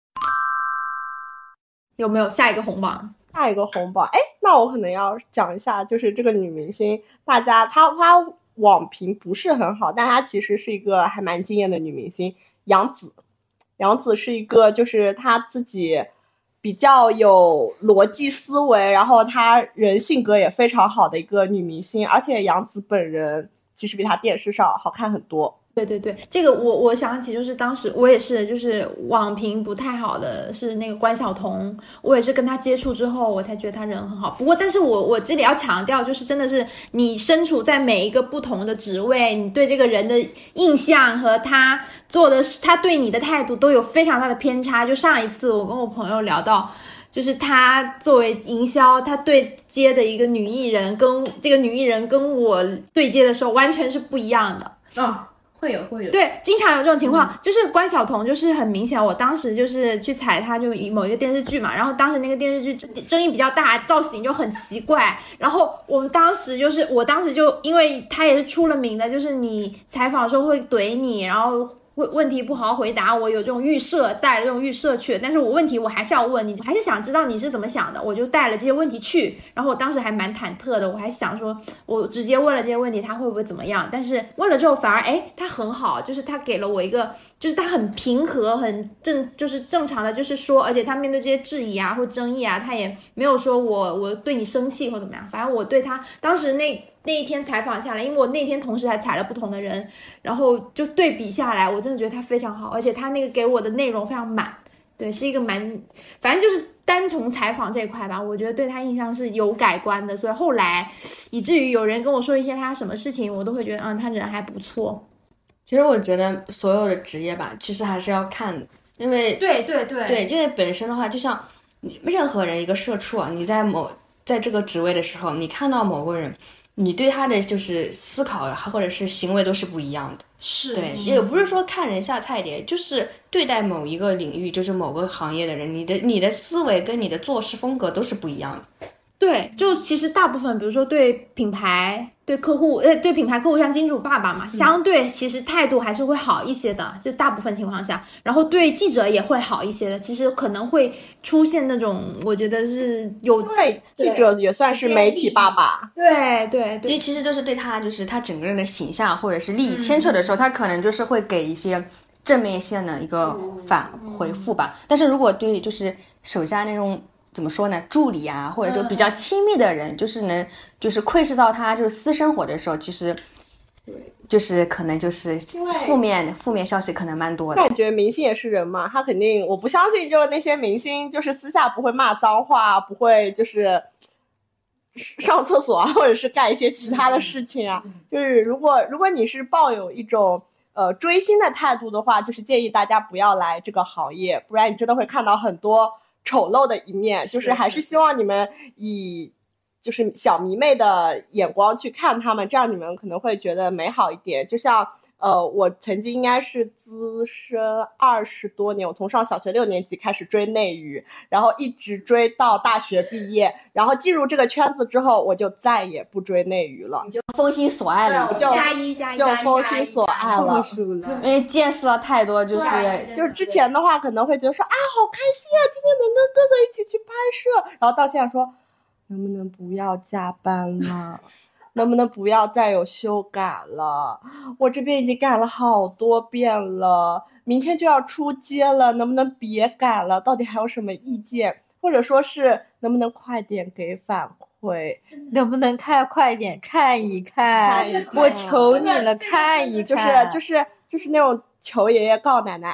有没有下一个红榜？ 下一个红榜，那我可能要讲一下，就是这个女明星，大家她网评不是很好，但她其实是一个还蛮惊艳的女明星，杨紫。杨紫是一个就是她自己比较有逻辑思维，然后她人性格也非常好的一个女明星，而且杨紫本人其实比她电视上好看很多。 对，这个我想起就是当时我也是就是网评不太好的是那个关晓彤，我也是跟她接触之后我才觉得她人很好。不过但是我这里要强调，就是真的是你身处在每一个不同的职位，你对这个人的印象和他做的他对你的态度都有非常大的偏差。就上一次我跟我朋友聊到，就是他作为营销，他对接的一个女艺人，跟这个女艺人跟我对接的时候完全是不一样的。 会有对，经常有这种情况。就是关晓彤就是很明显，我当时就是去采她就某一个电视剧嘛，然后当时那个电视剧争议比较大，造型就很奇怪，然后我当时就因为她也是出了名的，就是你采访的时候会怼你，然后问题不好好回答，我有这种预设，带着这种预设去，但是我问题我还是要问你，还是想知道你是怎么想的，我就带了这些问题去，然后我当时还蛮忐忑的，我还想说我直接问了这些问题他会不会怎么样，但是问了之后反而他很好，就是他给了我一个，就是他很平和很就是正常的就是说，而且他面对这些质疑啊或争议啊，他也没有说我对你生气或怎么样，反正我对他当时那一天采访下来，因为我那天同时还采了不同的人，然后就对比下来，我真的觉得他非常好，而且他那个给我的内容非常满，对，是一个反正就是单从采访这一块吧，我觉得对他印象是有改观的，所以后来以至于有人跟我说一些他什么事情，我都会觉得他人还不错。 其实我觉得所有的职业吧，其实还是要看的，因为对， 因为本身的话，就像任何人一个社畜啊，你在这个职位的时候，你看到某个人，你对他的就是思考或者是行为都是不一样的。 是， 对，也不是说看人下菜碟，就是对待某一个领域，就是某个行业的人，你的思维跟你的做事风格都是不一样的。 对，就其实大部分，比如说对品牌、对客户，对品牌客户，像金主爸爸嘛，相对其实态度还是会好一些的，就大部分情况下，然后对记者也会好一些的。其实可能会出现那种，我觉得是有对记者也算是媒体爸爸。 对， 其实就是对他就是他整个人的形象或者是利益牵扯的时候，他可能就是会给一些正面线的一个回复吧。但是如果对就是手下那种。怎么说呢？助理啊，或者说比较亲密的人，就是窥视到他就是私生活的时候，其实，就是可能就是负面消息可能蛮多的。 感觉明星也是人嘛，他肯定我不相信，就是那些明星就是私下不会骂脏话，不会就是上厕所啊，或者是干一些其他的事情啊。就是如果你是抱有一种追星的态度的话，就是建议大家不要来这个行业，不然你真的会看到很多丑陋的一面，就是还是希望你们以就是小迷妹的眼光去看他们，这样你们可能会觉得美好一点。就像我曾经应该是资深20多年，我从上小学6年级开始追内娱，然后一直追到大学毕业，然后进入这个圈子之后，我就再也不追内娱了， 你就封心所爱了， 就封心所爱了， 因为见识了太多，就是之前的话可能会觉得说啊好开心啊，今天能跟哥哥一起去拍摄，然后到现在说能不能不要加班了。能不能不要再有修改了？我这边已经改了好多遍了，明天就要出街了，能不能别改了？到底还有什么意见？或者说是能不能快点给反馈？ 能不能快一点看一看？我求你了，看一看。 就是那种求爷爷告奶奶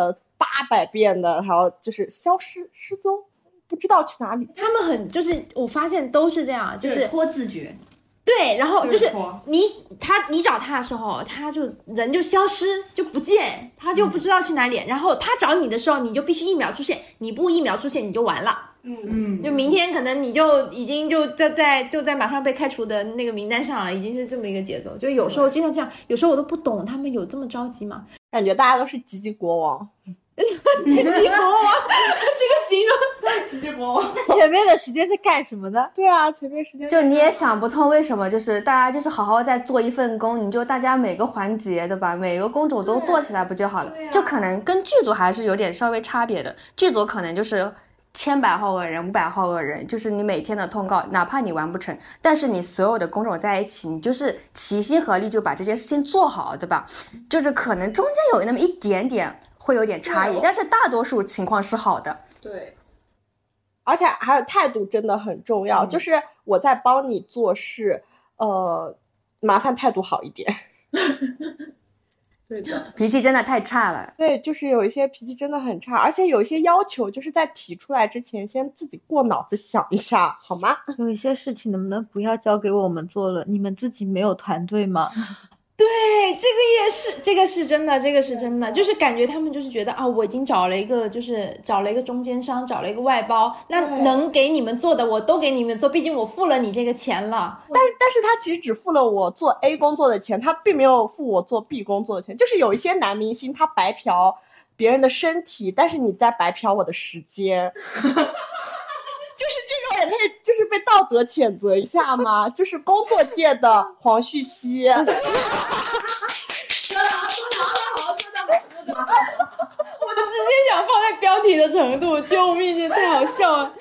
800遍的，然后就是消失失踪，不知道去哪里。 他们就是我发现都是这样，就是拖自觉。 对，然后就是你找他的时候，他就人就消失就不见，他就不知道去哪里。然后他找你的时候，你就必须一秒出现，你不一秒出现你就完了。就明天可能你就已经就在马上被开除的那个名单上了，已经是这么一个节奏。就有时候经常这样，有时候我都不懂他们有这么着急吗？ 感觉大家都是吉吉国王。 吉吉国王这个形容， 对，吉吉国王。 那前面的时间在干什么呢？ 对啊，前面时间就你也想不通为什么，就是大家就是好好在做一份工，你就大家每个环节对吧，每个工种都做起来不就好了？就可能跟剧组还是有点稍微差别的，剧组可能就是100号个人500号个人，就是你每天的通告，哪怕你完不成，但是你所有的工种在一起，你就是齐心合力就把这件事情做好，对吧？就是可能中间有那么一点点会有点差异，但是大多数情况是好的。 对，而且还有态度真的很重要，就是我在帮你做事，麻烦态度好一点。对的， 脾气真的太差了。 对，就是有一些脾气真的很差，而且有一些要求就是在提出来之前先自己过脑子想一下，好吗？ 有一些事情能不能不要交给我们做了？你们自己没有团队吗？ 对，这个也是，这个是真的，这个是真的，就是感觉他们就是觉得啊，我已经找了一个中间商，找了一个外包，那能给你们做的我都给你们做，毕竟我付了你这个钱了。 但是他其实只付了我做 A 工作的钱，他并没有付我做 B 工作的钱。就是有一些男明星他白嫖别人的身体，但是你在白嫖我的时间。就是这种也可以，就是被道德谴责一下吗？就是工作界的黄旭熙。说得好。 我直接想放在标题的程度，救命！这太好笑了。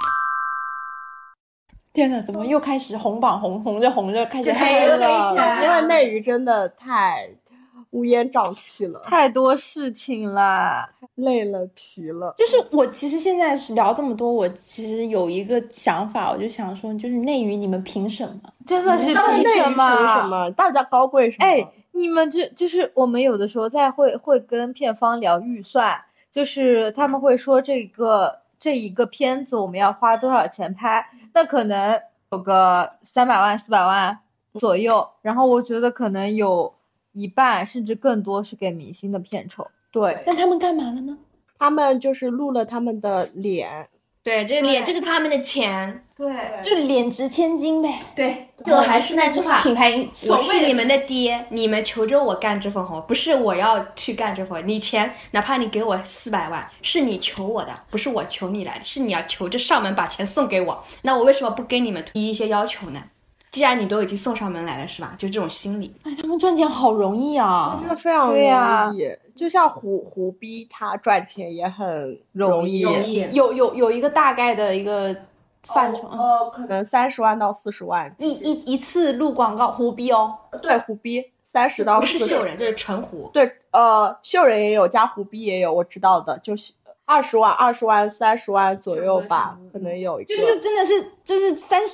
天哪，怎么又开始红着开始黑了？ 因为内娱真的太乌烟瘴气了， 太多事情了， 累了疲了。 就是我其实现在聊这么多，我其实有一个想法，我就想说，就是内娱你们凭什么？ 真的是凭什么？ 凭什么？大家高贵什么？ 哎，你们就是我们有的时候会跟片方聊预算，就是他们会说这一个片子我们要花多少钱拍，那可能有个300万400万左右，然后我觉得可能有一半甚至更多是给明星的片酬。 对， 但他们干嘛了呢？ 他们就是录了他们的脸。 对，这个脸就是他们的钱。 对， 就是脸值千金呗。 对，就还是那句话， 品牌我是你们的爹，你们求着我干这份活，不是我要去干这份。你钱哪怕你给我400万，是你求我的，不是我求你来的，是你要求着上门把钱送给我。那我为什么不跟你们提一些要求呢？既然你都已经送上门来了，是吧？就这种心理。 哎，他们赚钱好容易啊， 真的非常容易。就像胡逼他赚钱也很容易。 有一个大概的一个范畴。 可能30万到40万一次录广告，胡逼哦。 对，胡逼30到40。 不是秀人，就是纯胡。 对，秀人也有，加胡逼也有，我知道的，就是20万、30万左右吧，可能有一个。 就是真的是就是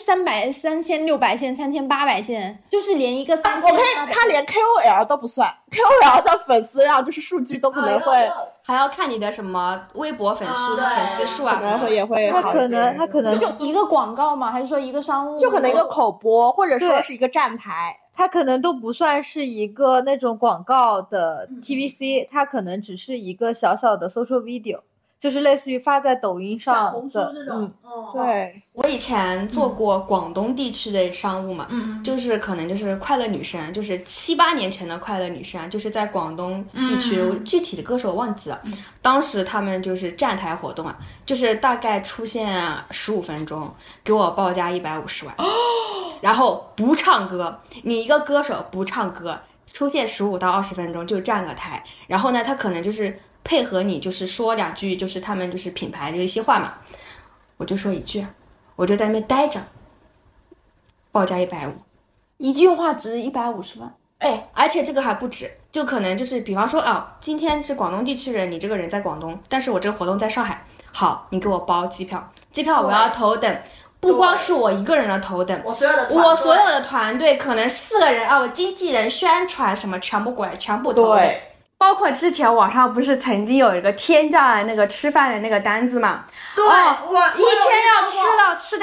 300、3600线、3800线，就是连一个3800。 我看他连 KOL 都不算 ，KOL 的粉丝量就是数据都可能会。 还要看你的什么微博粉丝数啊， 可能也会他可能就一个广告吗？还是说一个商务？ 就可能一个口播，或者说是一个站台， 它可能都不算是一个那种广告的 TVC，它可能只是一个小小的 social video。就是类似于发在抖音上的这种，对。 我以前做过广东地区的商务嘛，就是可能就是快乐女生，就是7、8年前的快乐女生，就是在广东地区，具体的歌手我忘记了。当时他们就是站台活动啊，就是大概出现15分钟，给我报价150万，然后不唱歌，你一个歌手不唱歌，出现15到20分钟就站个台，然后呢，他可能就是配合你，就是说2句，就是他们就是品牌的一些话嘛，我就说1句，我就在那边待着，报价150， 一句话值150万。 哎，而且这个还不止，就可能就是比方说啊，今天是广东地区人，你这个人在广东，但是我这个活动在上海，好，你给我包机票我要头等。不光是我一个人的头等，我所有的团队可能4个人啊，我经纪人、宣传什么全部过来，全部头等。包括之前网上不是曾经有一个天价的那个吃饭的那个单子嘛？ 对， 我一天要吃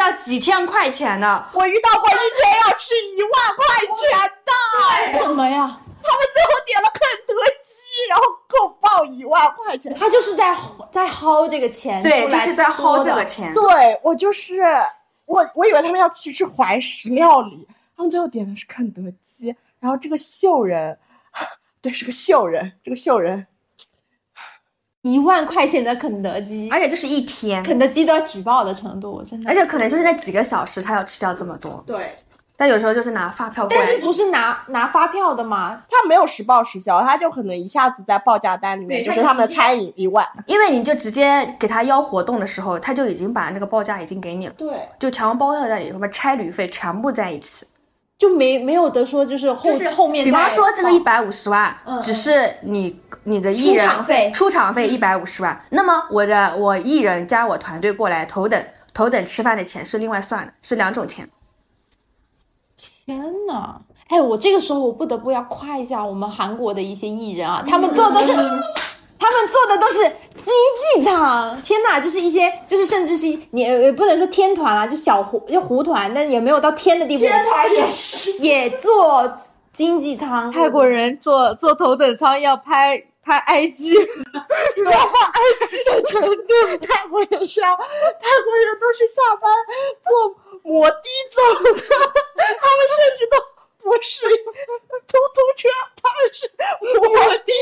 要几千块钱的。 我遇到过一天要吃1万块钱的， 什么呀？ 他们最后点了肯德基，然后够报1万块钱。 他就是在薅这个钱， 对，就是在薅这个钱。 对，我就是我以为他们要去吃怀石料理，他们最后点的是肯德基。然后这个秀人，对，是个秀人，这个秀人 1万块钱的肯德基， 而且这是一天， 肯德基都要举报的程度，我真的。 而且可能就是那几个小时他要吃掉这么多。 对。 但有时候就是拿发票过来， 但是不是拿发票的吗？ 他没有实报实销，他就可能一下子在报价单里面就是他们的餐饮1万， 因为你就直接给他邀活动的时候，他就已经把那个报价已经给你了， 对， 就强包在里，什么差旅费全部在一起， 就没有的说就是后面。 比方说这个150万，只是你的艺人出场费150万，那么我艺人加我团队过来头等吃饭的钱是另外算的，是2种钱。 天哪！哎，我这个时候我不得不要夸一下我们韩国的一些艺人啊，他们做的都是经济舱。天哪，就是一些就是甚至是你也不能说天团啦，就糊团，但也没有到天的地步。 天团也是也做经济舱。 泰国人坐头等舱要拍 IG， 要放 IG 的程度，泰国人都是下班坐摩的走的，他们甚至都不是出租车，他们是摩的。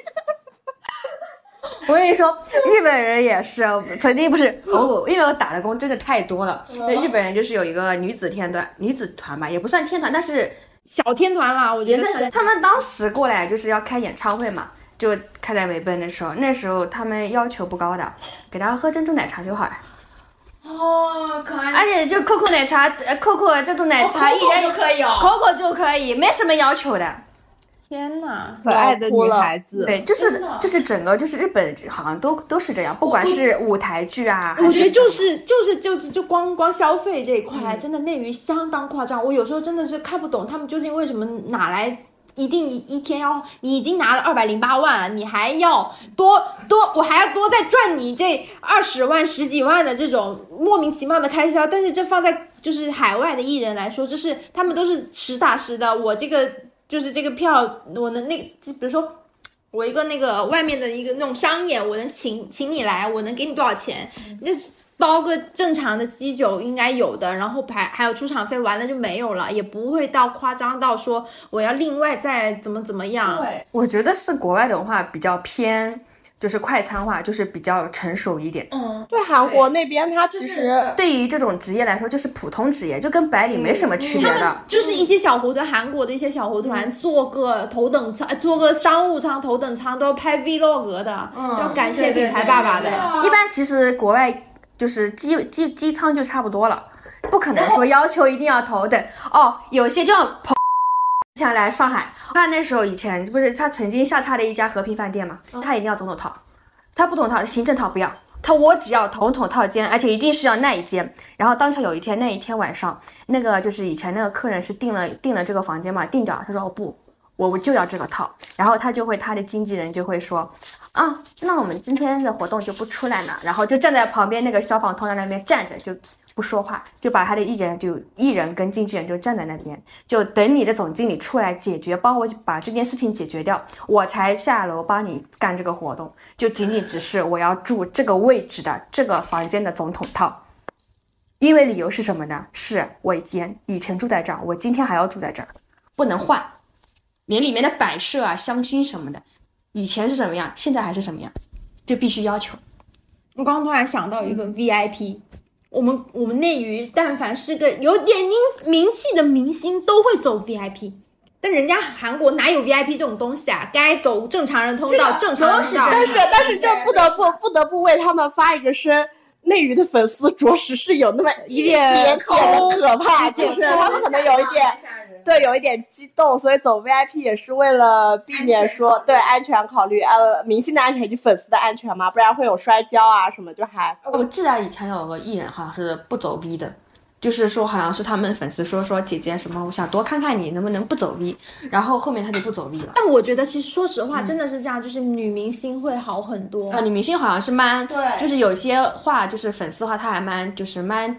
我跟你说，日本人也是，曾经不是因为我打的工真的太多了。日本人就是有一个女子团吧，也不算天团，但是小天团啦，我觉得是。 他们当时过来就是要开演唱会嘛，就开在美本的时候，那时候他们要求不高的，给他喝珍珠奶茶就好了。 哦，可爱。 而且就 COCO 奶茶，COCO 珍珠奶茶一人就可以 ，COCO 就可以，没什么要求的。 天哪， 可爱的女孩子。 对，就是整个就是日本好像都是这样，不管是舞台剧啊， 我觉得就光消费这一块，真的内娱相当夸张。我有时候真的是看不懂他们究竟为什么哪来。一定一天你已经拿了208万了，你还要我还要多再赚你这20万10几万的这种莫名其妙的开销。但是这放在就是海外的艺人来说，就是他们都是实打实的。我这个就是这个票，我能那个，比如说我一个那个外面的一个那种商演，我能请你来，我能给你多少钱？那包个正常的基酒应该有的，然后还有出场费，完了就没有了，也不会到夸张到说我要另外再怎么样。 对，我觉得是国外的文化比较偏，就是快餐化，就是比较成熟一点。 对，韩国那边它其实对于这种职业来说，就是普通职业，就跟白领没什么区别的。 就是一些小糊团，韩国的一些小糊团，做个头等舱，做个商务舱、头等舱都要拍 vlog 的，要感谢品牌爸爸的。 一般其实国外。就是机舱就差不多了，不可能说要求一定要头等哦。有些就想来上海，他那时候以前不是他曾经下他的一家和平饭店嘛，他一定要总统套，他不总统套行政套不要，我只要总统套间，而且一定是要那一间。然后当巧有一天那一天晚上，那个就是以前那个客人是订了这个房间嘛，订着，他说不，我就要这个套。然后他的经纪人就会说。那我们今天的活动就不出来了，然后就站在旁边那个消防通道那边站着，就不说话，就把他的艺人跟经纪人就站在那边，就等你的总经理出来解决，帮我把这件事情解决掉，我才下楼帮你干这个活动。就仅仅只是我要住这个位置的这个房间的总统套，因为理由是什么呢？是我以前住在这儿，我今天还要住在这儿，不能换，连里面的摆设啊、香薰什么的。以前是什么样，现在还是什么样，就必须要求。 我刚刚突然想到一个 VIP，我们内娱但凡是个有点名气的明星都会走 VIP， 但人家韩国哪有 VIP 这种东西啊？该走正常人通道，正常人通道。 但是就不得不为他们发一个声。内娱的粉丝着实是有那么一点可怕，就是他们可能有一点。对，有一点激动，所以走 VIP 也是为了避免说对安全考虑，明星的安全以及粉丝的安全嘛，不然会有摔跤啊什么，就还。 我记得以前有个艺人好像是不走 V 的，就是说好像是他们粉丝说姐姐什么，我想多看看你能不能不走 V， 然后后面他就不走 V 了。 但我觉得其实说实话，真的是这样，就是女明星会好很多。 女明星好像是蛮，对，就是有些话就是粉丝的话，他还蛮就是蛮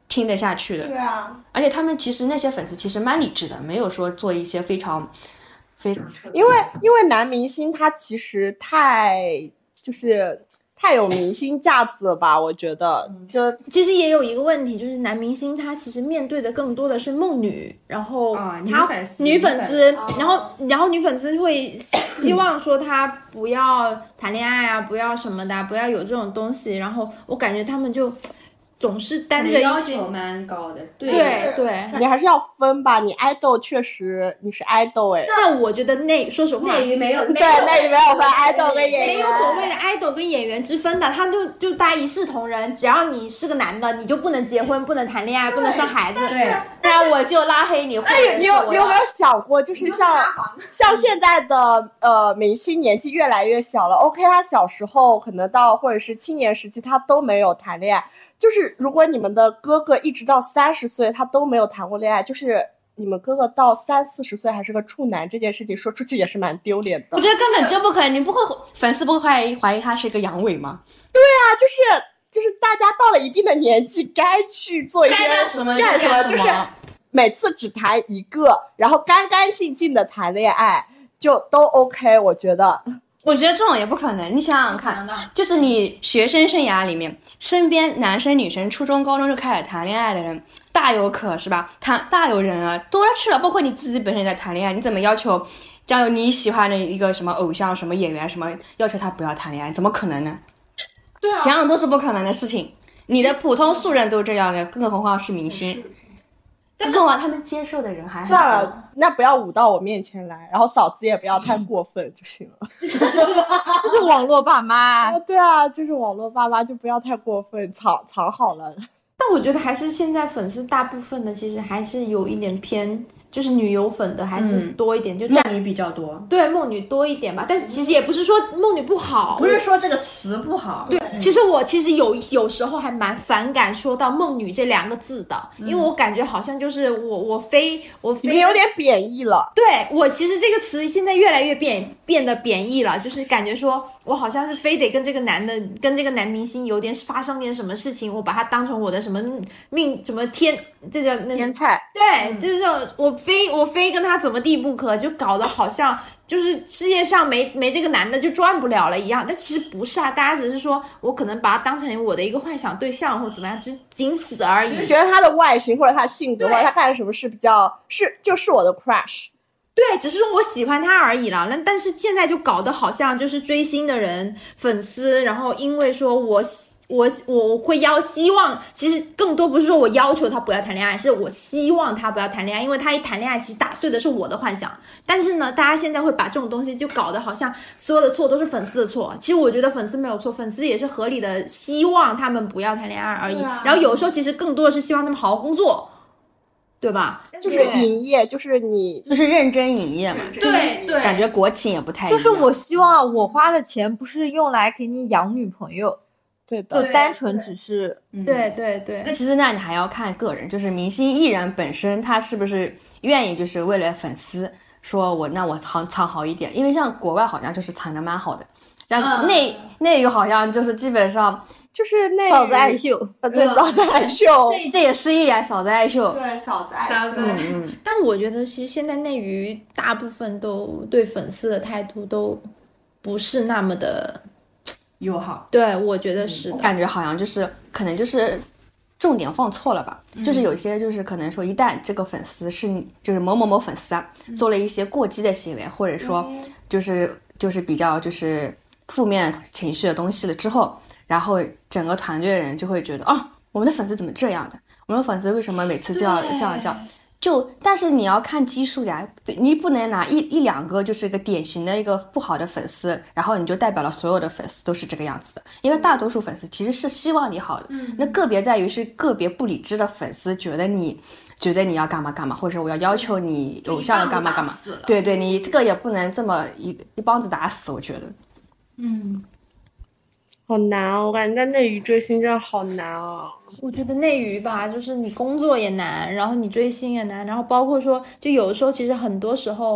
听得下去的。 对啊， 而且他们其实那些粉丝其实蛮理智的，没有说做一些非常因为男明星他其实太有明星架子了吧？我觉得就其实也有一个问题，就是男明星他其实面对的更多的是梦女，然后他女粉丝，然后女粉丝会希望说他不要谈恋爱啊，不要什么的，不要有这种东西。然后我感觉他们就总是担着要一些求蛮高的。 对， 你还是要分吧。你爱豆确实你是爱豆哎， 但我觉得说实话， 内娱没有对内娱没有分爱豆跟演员， 没有所谓的爱豆跟演员之分的，他们就大家一视同仁，只要你是个男的，你就不能结婚，不能谈恋爱，不能生孩子。 对，不然我就拉黑你。或者你有没有想过，就是像现在的明星年纪越来越小了 ，OK， 他小时候可能到或者是青年时期他都没有谈恋爱。就是如果你们的哥哥一直到30岁他都没有谈过恋爱，就是你们哥哥到30-40岁还是个处男，这件事情说出去也是蛮丢脸的。 我觉得根本就不可能，你不会粉丝不会怀疑他是一个阳痿吗？ 对啊，就是大家到了一定的年纪该去做一些干什么， 就是每次只谈一个，然后干干净净的谈恋爱就都 OK， 我觉得这种也不可能。你想想看，就是你学生生涯里面，身边男生女生初中高中就开始谈恋爱的人大有可是吧？大有人啊，多了去了。包括你自己本身也在谈恋爱，你怎么要求假如你喜欢的一个什么偶像什么演员什么，要求他不要谈恋爱，怎么可能呢？对啊，想想都是不可能的事情。你的普通素人都这样的，更何况是明星。更何况他们接受的人还算了，那不要舞到我面前来，然后嫂子也不要太过分就行了。 这是网络爸妈。 对啊，就是网络爸妈，就不要太过分，藏好了。 但我觉得还是现在粉丝大部分的其实还是有一点偏，就是女友粉的还是多一点，就梦女比较多。 对，梦女多一点吧。但是其实也不是说梦女不好， 不是说这个词不好。 对，其实我有时候还蛮反感说到梦女这2个字的，因为我感觉好像就是我非已经有点贬义了。 对，我其实这个词现在越来越变得贬义了，就是感觉说我好像是非得跟这个男明星有点发生点什么事情，我把他当成我的什么命什么天，这叫天菜。 对，就是这种我非跟他怎么地不可，就搞得好像就是世界上没这个男的就赚不了了一样。但其实不是啊，大家只是说我可能把他当成我的一个幻想对象或怎么样，仅此而已。 就觉得他的外形或者他的性格或者他干什么事比较就是我的 crush。 对，只是说我喜欢他而已了。但是现在就搞得好像就是追星的人粉丝，然后因为说我会希望，其实更多不是说我要求他不要谈恋爱，是我希望他不要谈恋爱，因为他一谈恋爱其实打碎的是我的幻想。但是呢，大家现在会把这种东西就搞得好像所有的错都是粉丝的错。其实我觉得粉丝没有错，粉丝也是合理的希望他们不要谈恋爱而已。然后有时候其实更多的是希望他们好好工作，对吧？ 就是营业，就是你就是认真营业嘛。 对对， 感觉国情也不太一样。 就是我希望我花的钱不是用来给你养女朋友， 对的， 就单纯只是对对对。 其实那你还要看个人，就是明星艺人本身他是不是愿意就是为了粉丝说我藏好一点，因为像国外好像就是藏的蛮好的，像内娱好像就是基本上就是那嫂子爱秀， 对，嫂子爱秀， 这也是艺人嫂子爱秀， 对，嫂子爱秀。 但我觉得其实现在内娱大部分都对粉丝的态度都不是那么的友好。 对，我觉得是的。 感觉好像就是可能就是重点放错了吧，就是有些就是可能说一旦这个粉丝是就是某某某粉丝啊，做了一些过激的行为，或者说就是比较就是负面情绪的东西了之后，然后整个团队的人就会觉得我们的粉丝怎么这样的，我们的粉丝为什么每次就要这样叫，但是你要看基数呀，你不能拿一两个就是一个典型的一个不好的粉丝，然后你就代表了所有的粉丝都是这个样子的，因为大多数粉丝其实是希望你好的，那个别在于是个别不理智的粉丝觉得你要干嘛干嘛，或者我要求你偶像要干嘛干嘛，对对，你这个也不能这么一帮子打死，我觉得。 好难哦，我感觉在内娱追星真的好难啊。 我觉得内娱吧，就是你工作也难，然后你追星也难，然后包括说，就有的时候其实很多时候，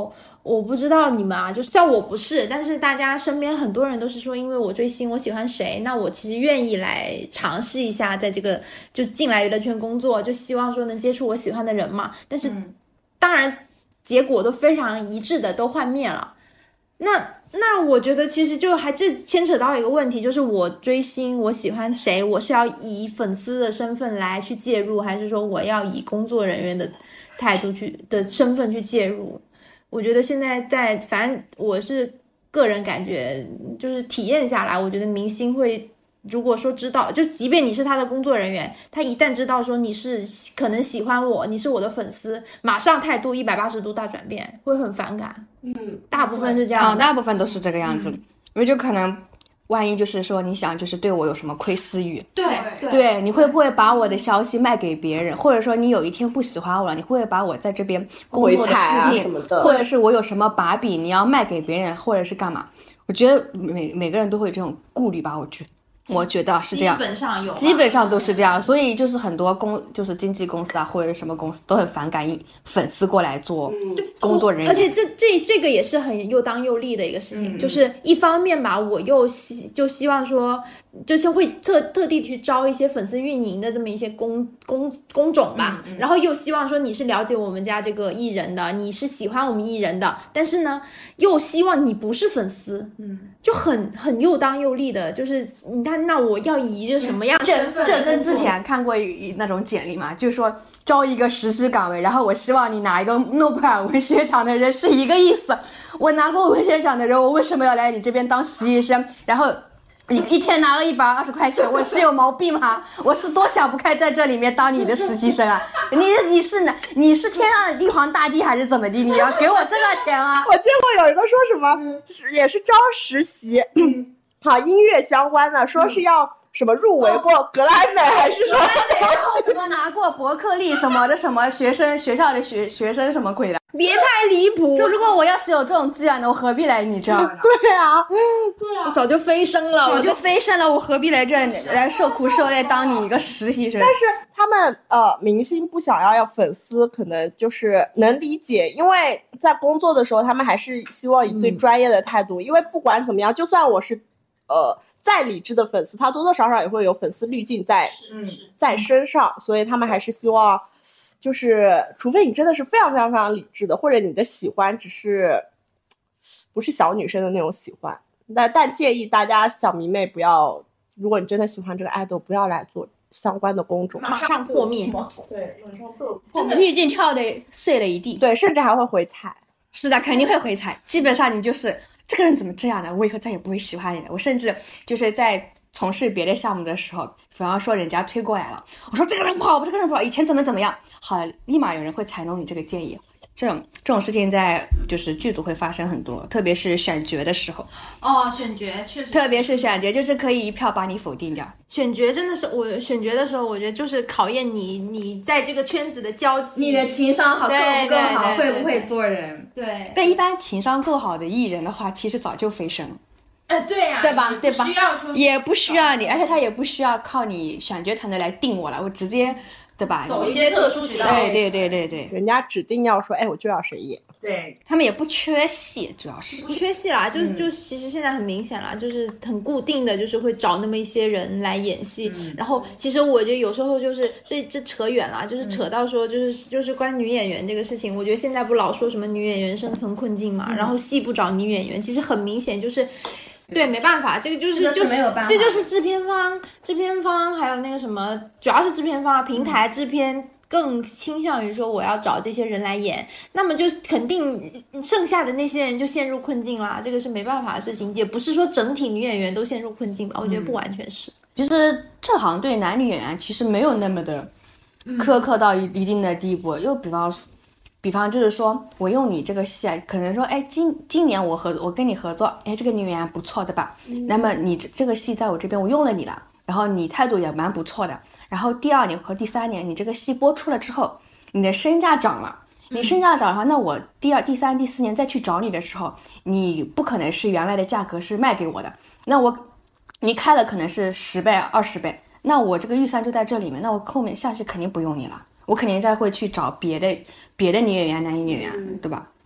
我不知道你们啊，就虽然我不是，但是大家身边很多人都是说，因为我追星，我喜欢谁，那我其实愿意来尝试一下，在这个就进来娱乐圈工作，就希望说能接触我喜欢的人嘛。但是，当然结果都非常一致的都幻灭了。那我觉得其实就还这牵扯到一个问题，就是我追星，我喜欢谁，我是要以粉丝的身份来去介入，还是说我要以工作人员的态度的身份去介入？我觉得现在反正我是个人感觉，就是体验下来，我觉得明星会，如果说知道，就即便你是他的工作人员，他一旦知道说你是可能喜欢我，你是我的粉丝，马上态度180度大转变，会很反感。大部分是这样的， 大部分都是这个样子的，因为就可能。万一就是说你想就是对我有什么窥私欲，对，你会不会把我的消息卖给别人，或者说你有一天不喜欢我了，你会不会把我在这边工作的事情，或者是我有什么把柄你要卖给别人，或者是干嘛？我觉得每个人都会有这种顾虑吧，我觉得是这样，基本上都是这样，所以就是很多就是经纪公司啊，或者是什么公司都很反感粉丝过来做工作人员， 而且这个也是很又当又立的一个事情，就是一方面吧，我又希望说，就是会特地去招一些粉丝运营的这么一些工种吧，然后又希望说你是了解我们家这个艺人的，你是喜欢我们艺人的，但是呢，又希望你不是粉丝，就很又当又立的，就是你看，那我要以一个什么样的身份？ 这跟之前看过那种简历嘛，就是说招一个实习岗位，然后我希望你拿一个诺贝尔文学奖的人是一个意思。我拿过文学奖的人，我为什么要来你这边当实习生？然后你一天拿了120块钱，我是有毛病吗？我是多想不开在这里面当你的实习生啊！你是天上的帝皇大帝还是怎么的？你要给我这个钱啊！ 我见过有一个说什么，也是招实习，好音乐相关的，说是要什么入围过格莱美，还是说什么拿过伯克利什么的什么学校的学生什么鬼的？ 别太离谱！ 就如果我要是有这种资源的，我何必来你这儿呢？ 对啊， 我早就飞升了， 我何必来这来受苦受累当你一个实习生？ 但是他们明星不想要粉丝，可能就是能理解，因为在工作的时候，他们还是希望以最专业的态度，因为不管怎么样，就算我是再理智的粉丝，他多多少少也会有粉丝滤镜在身上，所以他们还是希望。就是除非你真的是非常非常非常理智的，或者你的喜欢只是不是小女生的那种喜欢，但建议大家小迷妹不要，如果你真的喜欢这个爱豆，不要来做相关的工种， 马上破灭。 对，马上真的滤镜跳的碎了一地， 对，甚至还会回踩。 是的，肯定会回踩。基本上你就是这个人怎么这样呢？我以后再也不会喜欢你了。我甚至就是在从事别的项目的时候，比方说人家推过来了，我说这个人不好，这个人不好，以前怎么样，好了，立马有人会采纳你这个建议。这种事情在就是剧组会发生很多，特别是选角的时候。 选角确实， 特别是选角，就是可以一票把你否定掉。 选角真的是我选角的时候，我觉得就是考验你在这个圈子的交际， 你的情商好，够不够好，会不会做人？ 对。 但一般情商够好的艺人的话，其实早就飞升了。 对呀， 对吧？也不需要你，而且他也不需要靠你选角团队来定我了，我直接。对吧？ 走一些特殊渠道。 对， 人家指定要说，哎，我就要谁演。 对，他们也不缺戏，主要是不缺戏啦，就其实现在很明显啦，就是很固定的，就是会找那么一些人来演戏。然后其实我觉得有时候就是这扯远了，就是扯到说就是关于女演员这个事情，我觉得现在不老说什么女演员生存困境嘛，然后戏不找女演员，其实很明显就是。对，没办法，这个就是没有办法， 这就是制片方还有那个什么，主要是制片方平台制片更倾向于说我要找这些人来演，那么就肯定剩下的那些人就陷入困境啦，这个是没办法的事情，也不是说整体女演员都陷入困境吧，我觉得不完全是。 其实这行对男女演员其实没有那么的苛刻到一定的地步，又比方就是说我用你这个戏啊，可能说哎今年我跟你合作，哎这个女演员不错对吧？那么你这个戏在我这边我用了你了，然后你态度也蛮不错的，然后第2年和第3年你这个戏播出了之后，你的身价涨了，你身价涨了，那我第2、第3、第4年再去找你的时候，你不可能是原来的价格是卖给我的，那你开了可能是10倍、20倍，那我这个预算就在这里面，那我后面下去肯定不用你了。我肯定再会去找别的女演员、男女演员，对吧？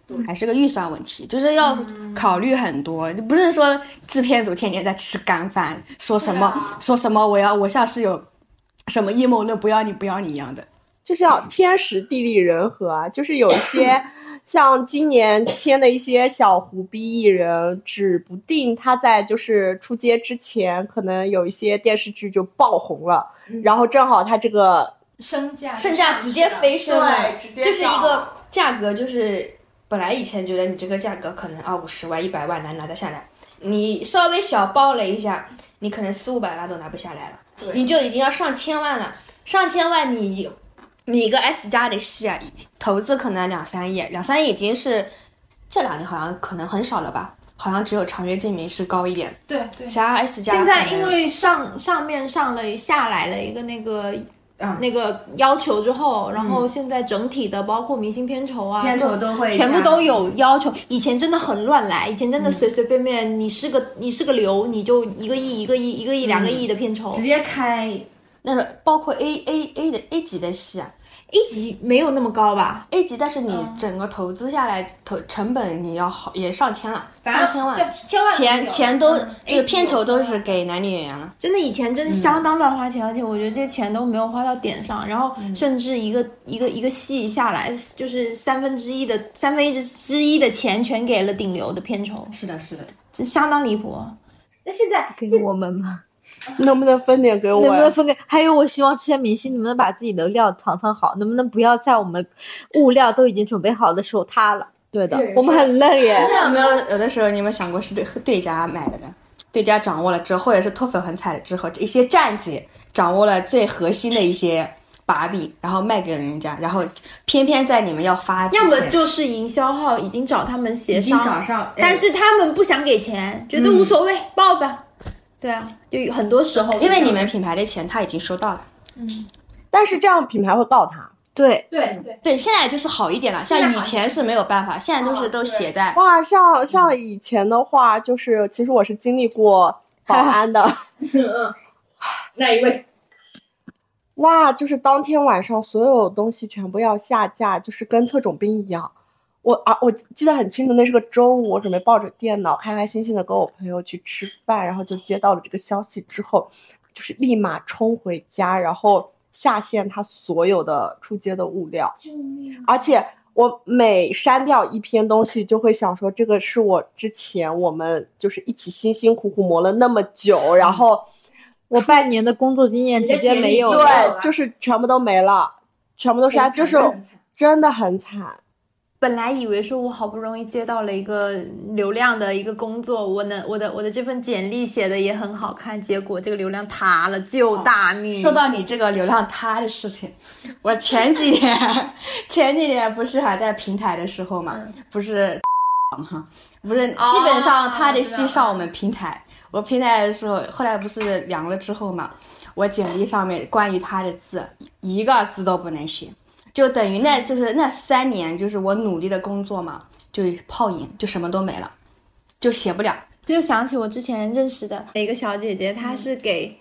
还是个预算问题，就是要考虑很多，不是说制片组天天在吃干饭，说什么我像是有什么阴谋论不要你一样的， 就是要天时地利人和啊，就是有一些像今年签的一些小胡逼艺人，指不定他在就是出街之前，可能有一些电视剧就爆红了，然后正好他这个身价直接飞升了， 对，直接就是一个价格，就是本来以前觉得你这个价格可能50万100万能拿得下来，你稍微小爆了一下，你可能400-500万都拿不下来了，你就已经要上千万了，上千万你一个 S 加的戏啊，投资可能2-3亿，2-3亿已经是这2年好像可能很少了吧，好像只有长月烬明是高一点， 对， 其他 S 加现在因为上面下来了一个那个要求之后，然后现在整体的包括明星片酬啊， 都会全部都有要求。以前真的很乱来，以前真的随随便便你是个流，你就1个亿、1个亿、1个亿、2个亿的片酬， 直接开。那个包括 A 级的戏啊 ，A 级没有那么高吧 ？A 级，但是你整个投资下来，成本你要好也上千了，上千万， 对，千万钱都这个片酬都是给男女演员了。 真的以前真的相当乱花钱，而且我觉得这些钱都没有花到点上，然后甚至一个戏下来，就是1/3的钱全给了顶流的片酬。 是的， 这相当离谱。那现在给我们吗？ 能不能分点给我？ 能不能分给？还有，我希望这些明星能不能把自己的料藏好，能不能不要在我们物料都已经准备好的时候塌了？对的，我们很累耶。 有的时候你有没有想过是对家买了的？对家掌握了之后，或者是脱粉很惨了之后，一些站姐掌握了最核心的一些把柄，然后卖给了人家，然后偏偏在你们要发之前， 要么就是营销号已经找他们协商， 找上， 但是他们不想给钱，觉得无所谓，报吧。对啊，就很多时候， 因为你们品牌的钱他已经收到了， 但是这样品牌会告他。 对， 现在就是好一点了，像以前是没有办法，现在都写在哇，像以前的话，就是其实我是经历过保安的， 哪一位？ 哇，就是当天晚上所有东西全部要下架，就是跟特种兵一样。我记得很清楚，那是个周五，我准备抱着电脑开开心心的跟我朋友去吃饭，然后就接到了这个消息之后，就是立马冲回家，然后下线他所有的出街的物料。而且我每删掉一篇东西，就会想说，这个是我之前我们就是一起辛辛苦苦磨了那么久，然后我半年的工作经验直接没有了， 对，就是全部都没了，全部都删，就是真的很惨。 本来以为说我好不容易接到了一个流量的一个工作，我的这份简历写的也很好看，结果这个流量塌了，救大命。 说到你这个流量塌的事情，我前几年不是还在平台的时候嘛，不是基本上他的戏上我们平台，我平台的时候，后来不是凉了之后嘛，我简历上面关于他的字一个字都不能写。就等于就是那3年，就是我努力的工作嘛，就泡影，就什么都没了，就写不了。 就想起我之前认识的一个小姐姐，她是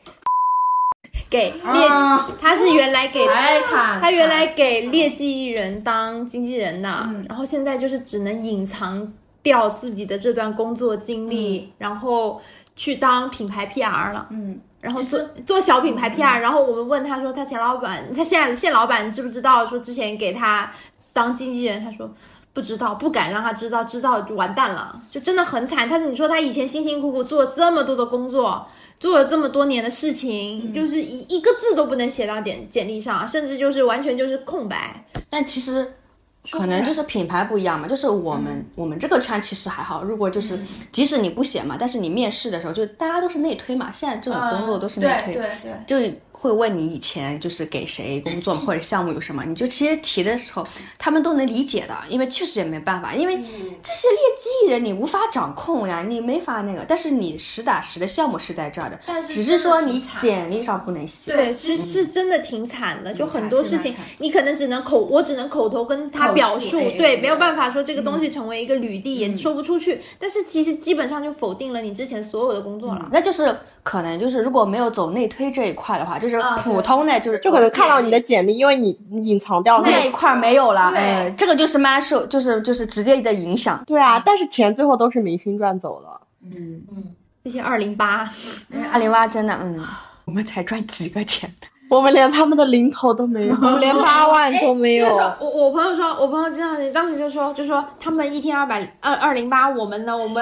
她是原来给她原来给劣迹艺人当经纪人的，然后现在就是只能隐藏掉自己的这段工作经历，然后去当品牌 PR 了。然后做小品牌 PR，然后我们问他说，他现老板知不知道说之前给他当经纪人？他说不知道，不敢让他知道，知道就完蛋了，就真的很惨。你说他以前辛辛苦苦做了这么多的工作，做了这么多年的事情，就是一个字都不能写到简历上，甚至就是完全就是空白。 但其实可能就是品牌不一样嘛，就是我们这个圈其实还好，如果就是即使你不写嘛，但是你面试的时候就大家都是内推嘛，现在这种工作都是内推， 对， 就会问你以前就是给谁工作或者项目有什么，你就其实提的时候他们都能理解的，因为确实也没办法，因为这些劣迹人你无法掌控呀，你没法那个，但是你实打实的项目是在这儿的，只是说你简历上不能写。 对，其实是真的挺惨的，就很多事情你可能我只能口头跟他表述，对，没有办法说这个东西成为一个履历，也说不出去，但是其实基本上就否定了你之前所有的工作了。 那就是可能就是如果没有走内推这一块的话，就是普通的就是就可能看到你的简历，因为你隐藏掉那一块没有了，这个就是蛮受，就是直接的影响。 对啊，但是钱最后都是明星赚走了。 这些208，208 真的，我们才赚几个钱， 我们连他们的零头都没有， 我们连8万都没有。 我朋友说，我朋友这样子，当时就说他们一天208，我们呢，我们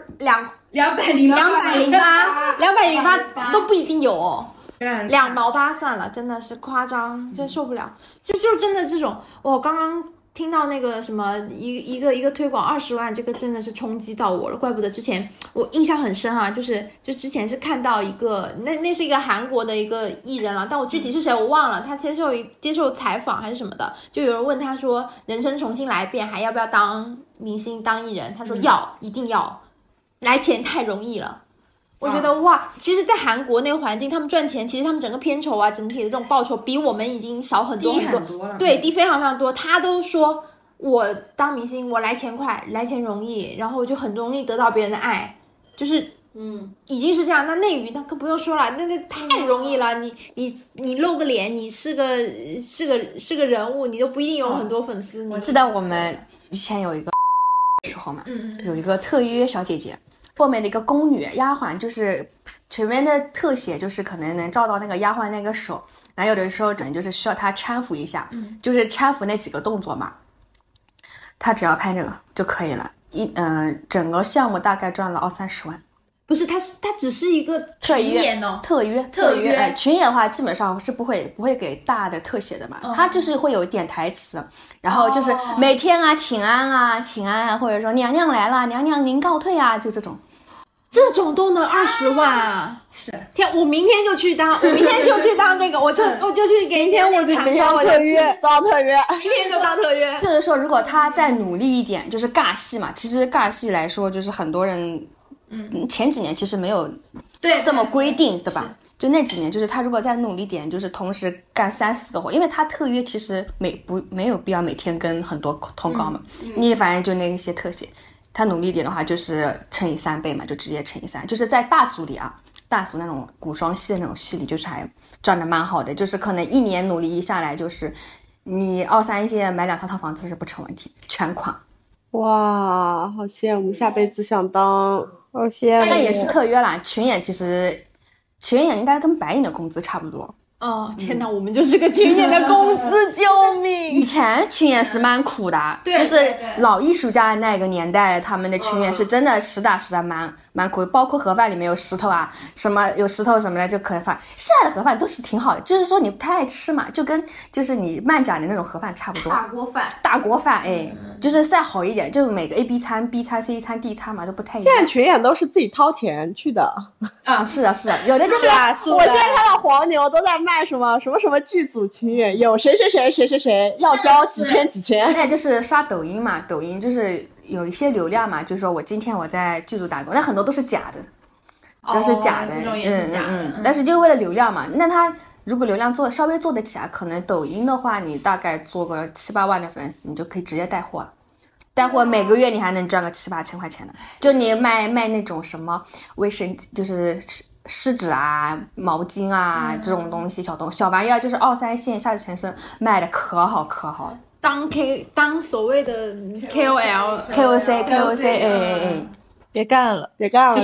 208都不一定有哦。2毛8算了，真的是夸张，真受不了。就真的这种，我刚刚听到那个什么一个推广20万，这个真的是冲击到我了，怪不得之前我印象很深啊，就之前是看到一个那是一个韩国的一个艺人了，但我具体是谁我忘了，他接受采访还是什么的，就有人问他说人生重新来一遍，还要不要当明星当艺人？他说要，一定要，来钱太容易了。我觉得哇，其实，在韩国那个环境，他们赚钱，其实他们整个片酬啊，整体的这种报酬比我们已经少很多很多，对，低非常非常多。他都说我当明星，我来钱快，来钱容易，然后我就很容易得到别人的爱，就是已经是这样。那内娱那更不用说了，那太容易了。你露个脸，你是个人物，你都不一定有很多粉丝。 我记得我们以前有一个时候嘛，有一个特约小姐姐。后面的一个宫女丫鬟，就是前面的特写，就是可能能照到那个丫鬟那个手，然后有的时候整就是需要她搀扶一下，就是搀扶那几个动作嘛，她只要拍这个就可以了。整个项目大概赚了20-30万。 不是，他只是一个群演哦， 特约。群演的话基本上是不会给大的特写的嘛，他就是会有一点台词，然后就是每天啊请安啊，或者说娘娘来了，娘娘您告退啊，就这种都能20万啊！是天，我明天就去当这个，我就去给明天我就当特约， 明天就当特约。 就是说，如果他再努力一点，就是尬戏嘛。其实尬戏来说，就是很多人，前几年其实没有这么规定，对吧？就那几年，就是他如果再努力点，就是同时干3-4个活，因为他特约其实没有必要每天跟很多通告嘛，你反正就那些特写。他努力一点的话，就是乘以3倍嘛，就直接乘以3。就是在大组里啊，大组那种古装戏的那种戏里，就是还赚的蛮好的。就是可能1年努力一下来，就是你2-3线买2-3套房子是不成问题，全款。 哇，好羡慕，下辈子想当，好羡慕。 那也是特约啦，群演应该跟白领的工资差不多。 哦，天哪，我们就是个群演的工资，救命！ 以前群演是蛮苦的，就是老艺术家的那个年代，他们的群演是真的实打蛮苦，包括盒饭里面有石头啊，什么有石头什么的就可以放。现在的盒饭都是挺好的，就是说你不太爱吃嘛，就跟就是你漫展的那种盒饭差不多。大锅饭，哎，就是再好一点，就是每个 A、B 餐、B 餐、C 餐、D 餐嘛都不太一样。 现在群演都是自己掏钱去的啊，是的，有的就是我现在看到黄牛都在卖什么剧组群演，有谁要交几千。 那就是刷抖音嘛，抖音就是有一些流量嘛，就是说我今天我在剧组打工，那很多都是假的，都是假的， 这种也是假的。 但是就为了流量嘛，那他如果流量稍微做得起来，可能抖音的话，你大概做个7-8万的粉丝，你就可以直接带货了。带货每个月你还能赚个7-8千块钱的，就你卖那种什么卫生，就是湿纸啊、毛巾啊这种东西，小玩意儿，就是2-3线下的城市卖的可好了。 当所谓的 KOC， 别干了， 去干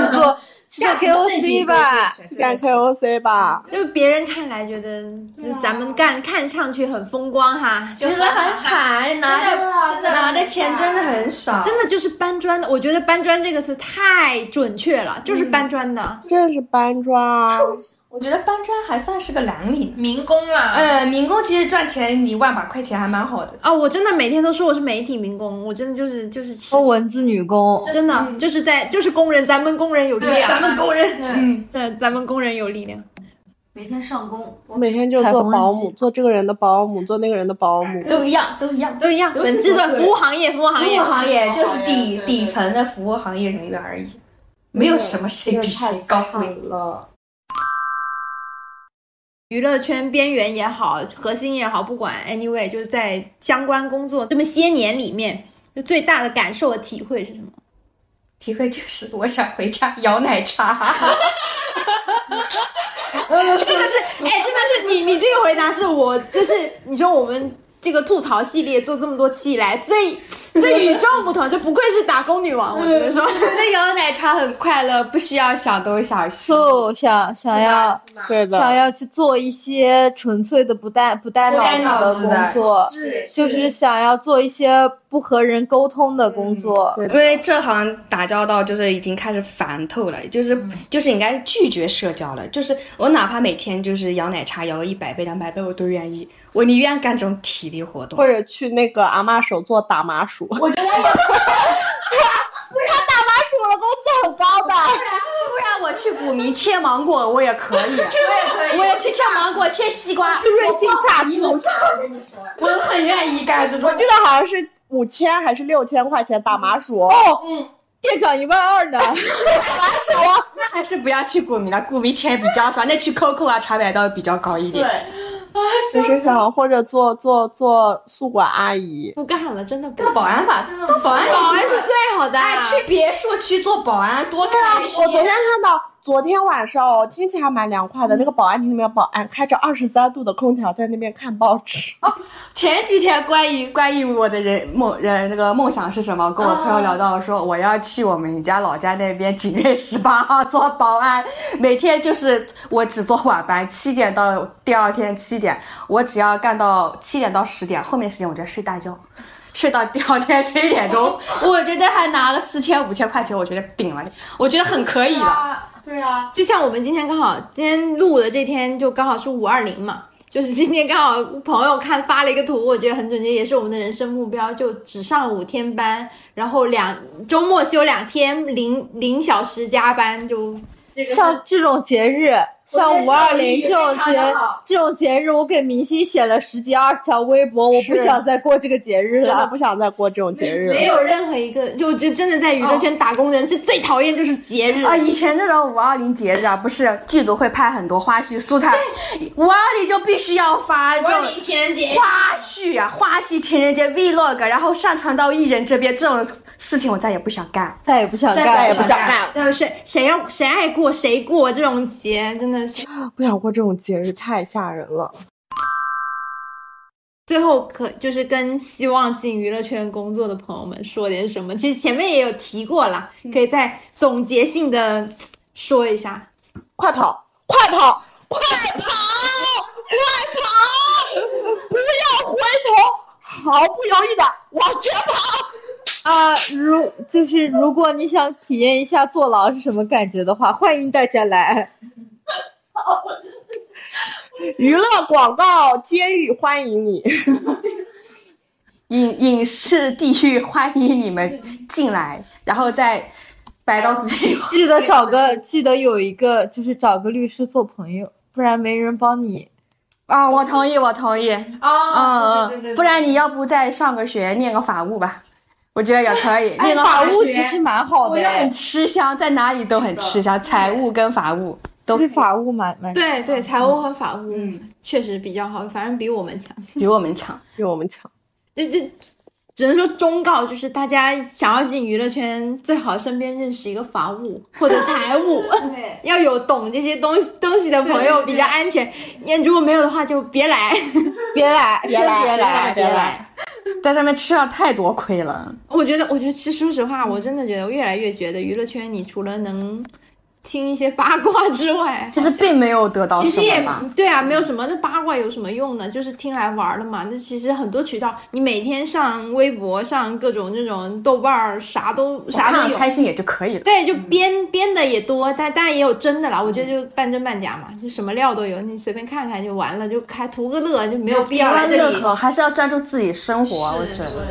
KOC 吧， 干 KOC 吧。 就别人看来觉得，就是咱们看上去很风光哈， 其实很惨，拿的钱真的很少， 真的就是搬砖的。我觉得搬砖这个词太准确了，就是搬砖的， 真是搬砖。 我觉得搬砖还算是个蓝领民工啦。 民工其实赚钱，你万把块钱还蛮好的啊！我真的每天都说我是媒体民工，我真的就是吃文字女工， 真的就是工人，咱们工人有力量， 咱们工人， 咱们工人有力量。 每天上工， 我每天就做保姆，做这个人的保姆，做那个人的保姆， 都一样， 本质的服务行业就是底层的服务行业人员而已，没有什么谁比谁高贵了。 娱乐圈边缘也好，核心也好，不管 anyway， 就是在相关工作这么些年里面，最大的感受和体会是什么？ 体会就是我想回家摇奶茶。 真的是你这个回答是我，就是你说我们这个吐槽系列做这么多期以来最与众不同，就不愧是打工女王，我觉得说。 觉得摇奶茶很快乐，不需要想东想西。 就想要对的， 想要去做一些纯粹的不带脑子的工作，就是想要做一些不和人沟通的工作。 因为这行打交道就是已经开始烦透了，就是应该拒绝社交了。就是我哪怕每天就是摇奶茶摇个100杯200杯我都愿意，我宁愿干这种体力活动， 或者去那个阿嬷手做打麻薯。我觉得不是打麻薯的工资很高的， 不然我去古茗切芒果我也可以，我也去切芒果切西瓜， 瑞幸榨汁， 我很愿意干这种。 我记得好像是5000还是6000块钱打麻薯。 店长12000呢。 那还是不要去古茗了，古茗钱比较少，那去 COCO 啊茶百道比较高一点。 就是想或者做宿管阿姨， 不干了，真的不当保安吧，当保安是最好的。 去别墅区做保安多开心。 我昨天看到，昨天晚上天气还蛮凉快的，那个保安亭里面保安开着23度的空调在那边看报纸。 前几天关于我的那个梦想是什么，跟我朋友聊到说我要去我们家老家那边9月18号做保安，每天就是我只做晚班，7点到第二天7点，我只要干到7点到10点，后面时间我就睡大觉。睡到第二天7点钟，我觉得还拿了4000、5000块钱，我觉得顶了，我觉得很可以了。 对啊，就像我们今天录的这天就刚好是520嘛，就是今天刚好朋友发了一个图，我觉得很准确，也是我们的人生目标，就只上5天班，然后周末休2天，0小时加班，就这个像这种节日。像520这种节日，我给明星写了10几20条微博，我不想再过这个节日了， 真的不想再过这种节日了。 没有任何一个，就真的在娱乐圈打工的人是最讨厌就是节日啊！以前这种520节日啊，不是剧组会拍很多花絮素材，520就必须要发 520情人节花絮啊，花絮情人节 vlog， 然后上传到艺人这边，这种事情我再也不想干， 再也不想干了。谁爱过谁过这种节，真的。 不想过这种节日，太吓人了。 最后就是跟希望进娱乐圈工作的朋友们说点什么，其实前面也有提过了，可以再总结性的说一下。 快跑！不要回头，毫不犹豫的往前跑。 如果你想体验一下坐牢是什么感觉的话，欢迎大家来。 娱乐广告监狱欢迎你， 影视地狱欢迎你们进来，然后再摆到自己。 记得有一个就是找个律师做朋友，不然没人帮你。 啊，我同意对， 不然你要不再上个学念个法务吧，我觉得也可以。念个法务其实蛮好的， 我觉得很吃香，在哪里都很吃香，财务跟法务。 都是法务蛮对，财务和法务确实比较好，反正比我们强。这只能说忠告，就是大家想要进娱乐圈，最好身边认识一个法务或者财务，对，要有懂这些东西的朋友比较安全。如果没有的话，就别来， 别来， 在上面吃了太多亏了。 我觉得，其实说实话，我真的觉得，我越来越觉得娱乐圈，你除了能听一些八卦之外， 其实并没有得到什么吧。 其实也对啊，没有什么。那八卦有什么用呢？就是听来玩的嘛。那其实很多渠道，你每天上微博、上各种这种豆瓣啥都有， 开心也就可以了。 对，就编的也多，但当然也有真的啦。我觉得就半真半假嘛，就什么料都有，你随便看看就完了，就图个乐，就没有必要来这里。 还是要专注自己生活，我觉得。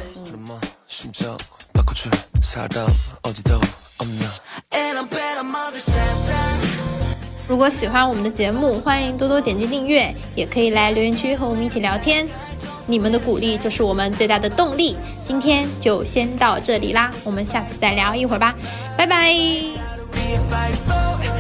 如果喜欢我们的节目，欢迎多多点击订阅，也可以来留言区和我们一起聊天。你们的鼓励就是我们最大的动力。今天就先到这里啦，我们下次再聊一会儿吧，拜拜。